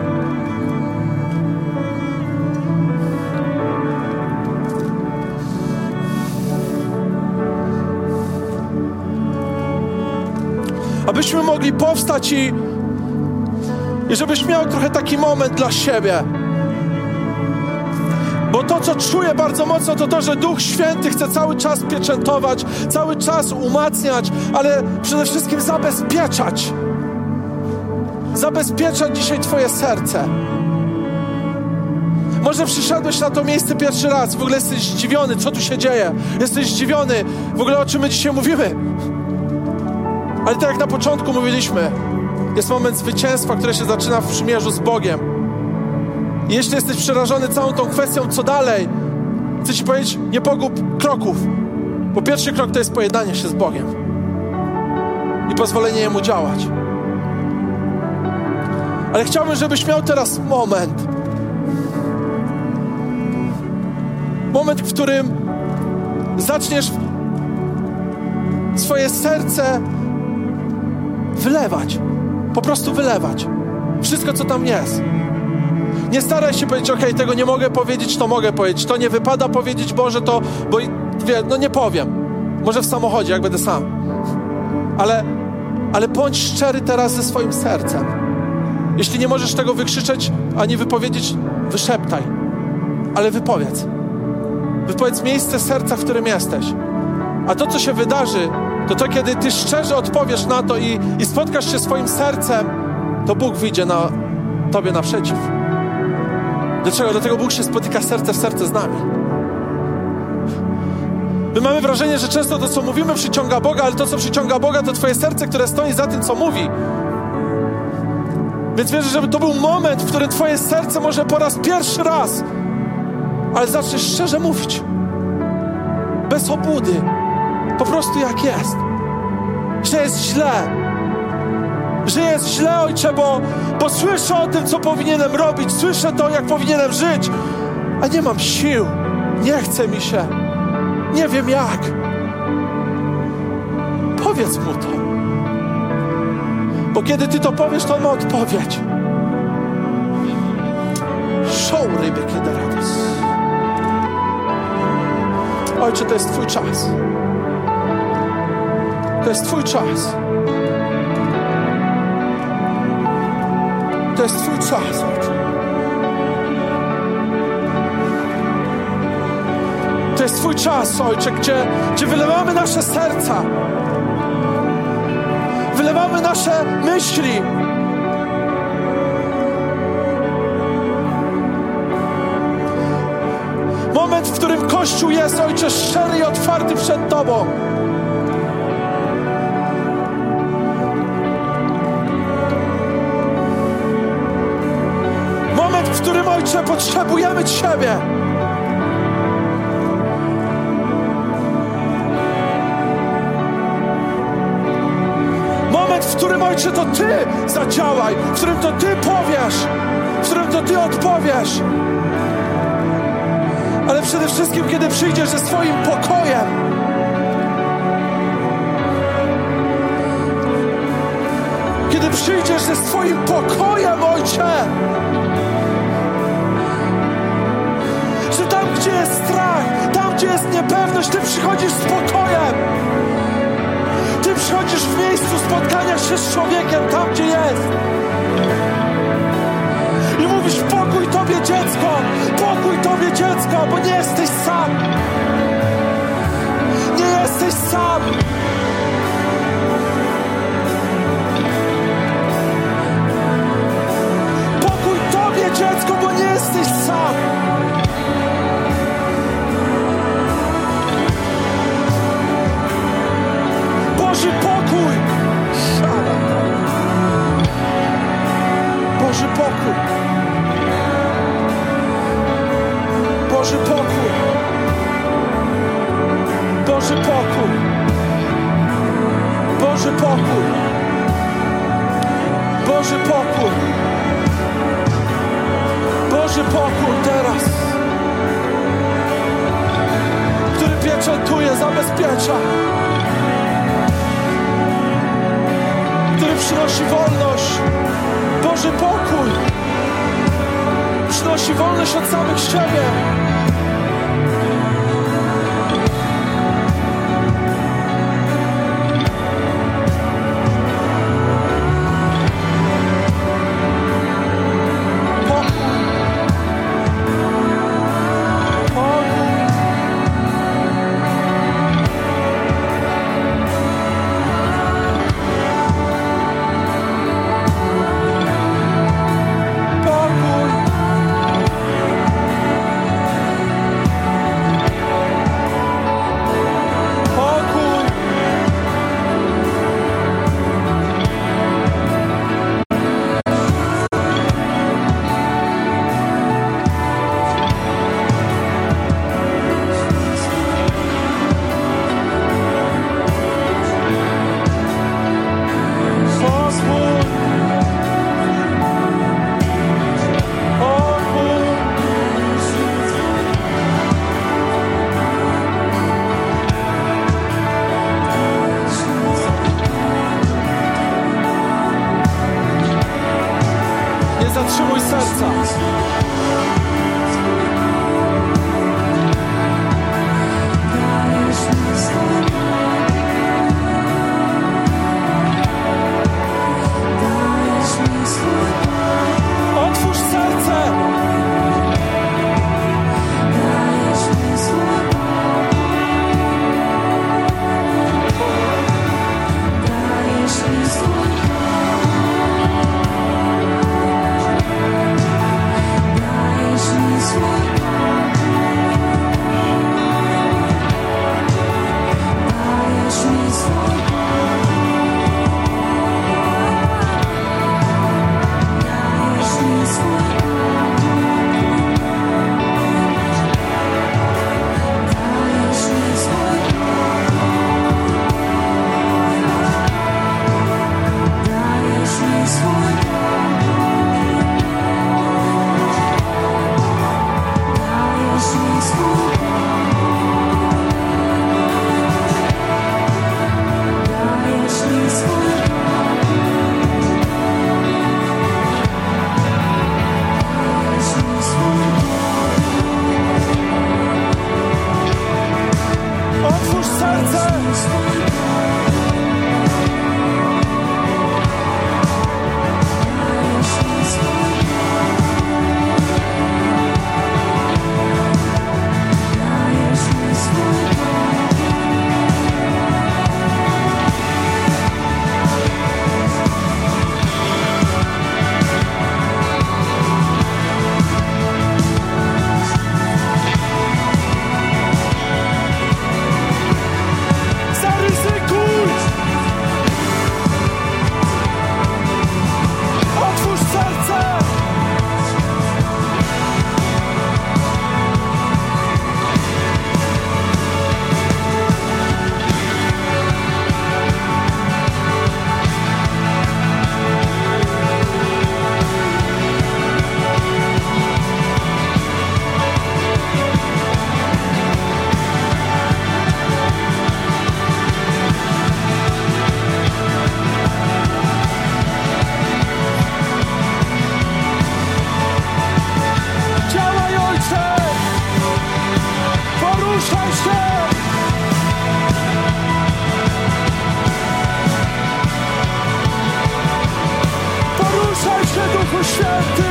Abyśmy mogli powstać i żebyś miał trochę taki moment dla siebie. Bo to, co czuję bardzo mocno, to, że Duch Święty chce cały czas pieczętować, cały czas umacniać, ale przede wszystkim zabezpieczać. Zabezpieczać dzisiaj twoje serce. Może przyszedłeś na to miejsce pierwszy raz, w ogóle jesteś zdziwiony, co tu się dzieje. Jesteś zdziwiony, w ogóle o czym my dzisiaj mówimy. Ale tak jak na początku mówiliśmy, jest moment zwycięstwa, które się zaczyna w przymierzu z Bogiem. I jeśli jesteś przerażony całą tą kwestią, co dalej, chcę ci powiedzieć, nie pogub kroków. Bo pierwszy krok to jest pojednanie się z Bogiem. I pozwolenie Jemu działać. Ale chciałbym, żebyś miał teraz moment. Moment, w którym zaczniesz swoje serce wylewać. Po prostu wylewać. Wszystko, co tam jest. Nie staraj się powiedzieć, okej, tego nie mogę powiedzieć, to mogę powiedzieć. To nie wypada powiedzieć, Boże, to... Bo no nie powiem. Może w samochodzie, jak będę sam. Ale bądź szczery teraz ze swoim sercem. Jeśli nie możesz tego wykrzyczeć, ani wypowiedzieć, wyszeptaj. Ale wypowiedz. Wypowiedz miejsce serca, w którym jesteś. A to, co się wydarzy, to kiedy ty szczerze odpowiesz na to i spotkasz się swoim sercem, to Bóg wyjdzie tobie naprzeciw. Dlaczego? Dlatego Bóg się spotyka serce w serce z nami. My mamy wrażenie, że często to, co mówimy, przyciąga Boga, ale to, co przyciąga Boga, to twoje serce, które stoi za tym, co mówi. Więc wierzę, żeby to był moment, w którym twoje serce może po raz pierwszy raz, ale zaczniesz szczerze mówić. Bez obłudy. Po prostu jak jest. Że jest źle. Że jest źle, Ojcze, bo słyszę o tym, co powinienem robić. Słyszę to, jak powinienem żyć. A nie mam sił. Nie chce mi się. Nie wiem jak. Powiedz mu to. Bo kiedy ty to powiesz, to on ma odpowiedź. Show ryby, kiedy radość. Ojcze, to jest twój czas. To jest twój czas. To jest twój czas, Ojcze. To jest twój czas, Ojcze, gdzie wylewamy nasze serca. Wylewamy nasze myśli. Moment, w którym Kościół jest, Ojcze, szczery i otwarty przed Tobą. Moment, w którym, Ojcze, potrzebujemy Ciebie. Moment, w którym, Ojcze, to Ty zadziałaj, w którym to Ty powiesz, w którym to Ty odpowiesz. Ale przede wszystkim, kiedy przyjdziesz ze swoim pokojem. Kiedy przyjdziesz ze swoim pokojem, Ojcze. Że tam, gdzie jest strach, tam, gdzie jest niepewność, Ty przychodzisz z pokojem. Ty przychodzisz w miejscu spotkania się z człowiekiem, tam, gdzie jest. I mówisz, pokój Tobie, dziecko, pokój Tobie, dziecko, bo nie jesteś sam. Nie jesteś sam. Pokój Tobie, dziecko, bo nie jesteś sam. Boży pokój. Boży pokój. Boży pokój. Boży pokój. Boży pokój. Boży pokój. Boży pokój teraz, który pieczętuje, zabezpiecza, który przynosi wolność. Boży pokój przynosi wolność od samych siebie. Zatrzymuj serca. Otwórz serce. Duchu Święty!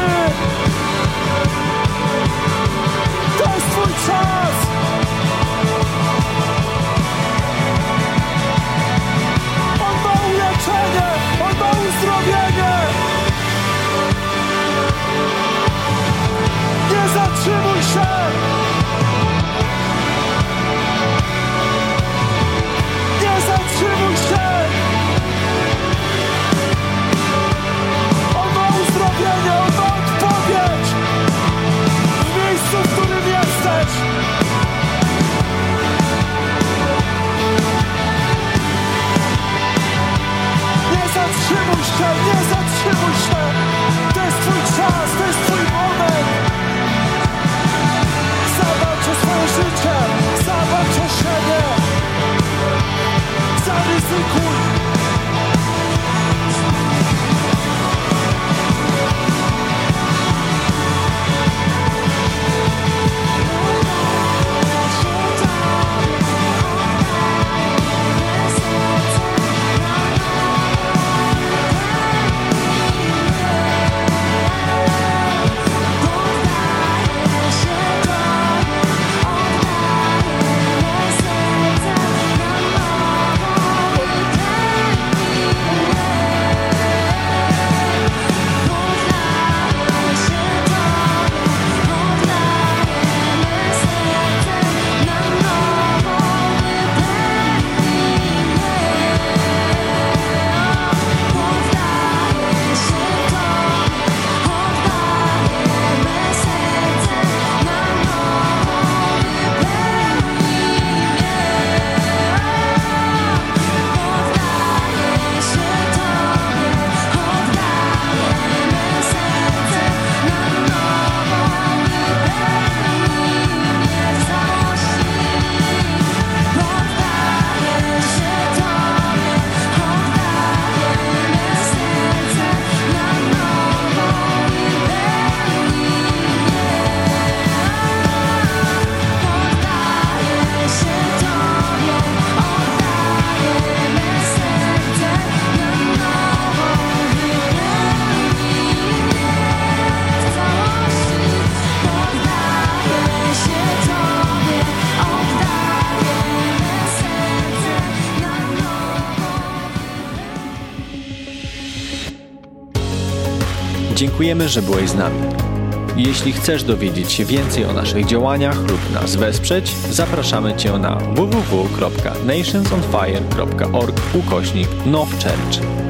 To jest Twój czas! Dziękujemy, że byłeś z nami. Jeśli chcesz dowiedzieć się więcej o naszych działaniach lub nas wesprzeć, zapraszamy Cię na www.nationsonfire.org/nowchurch.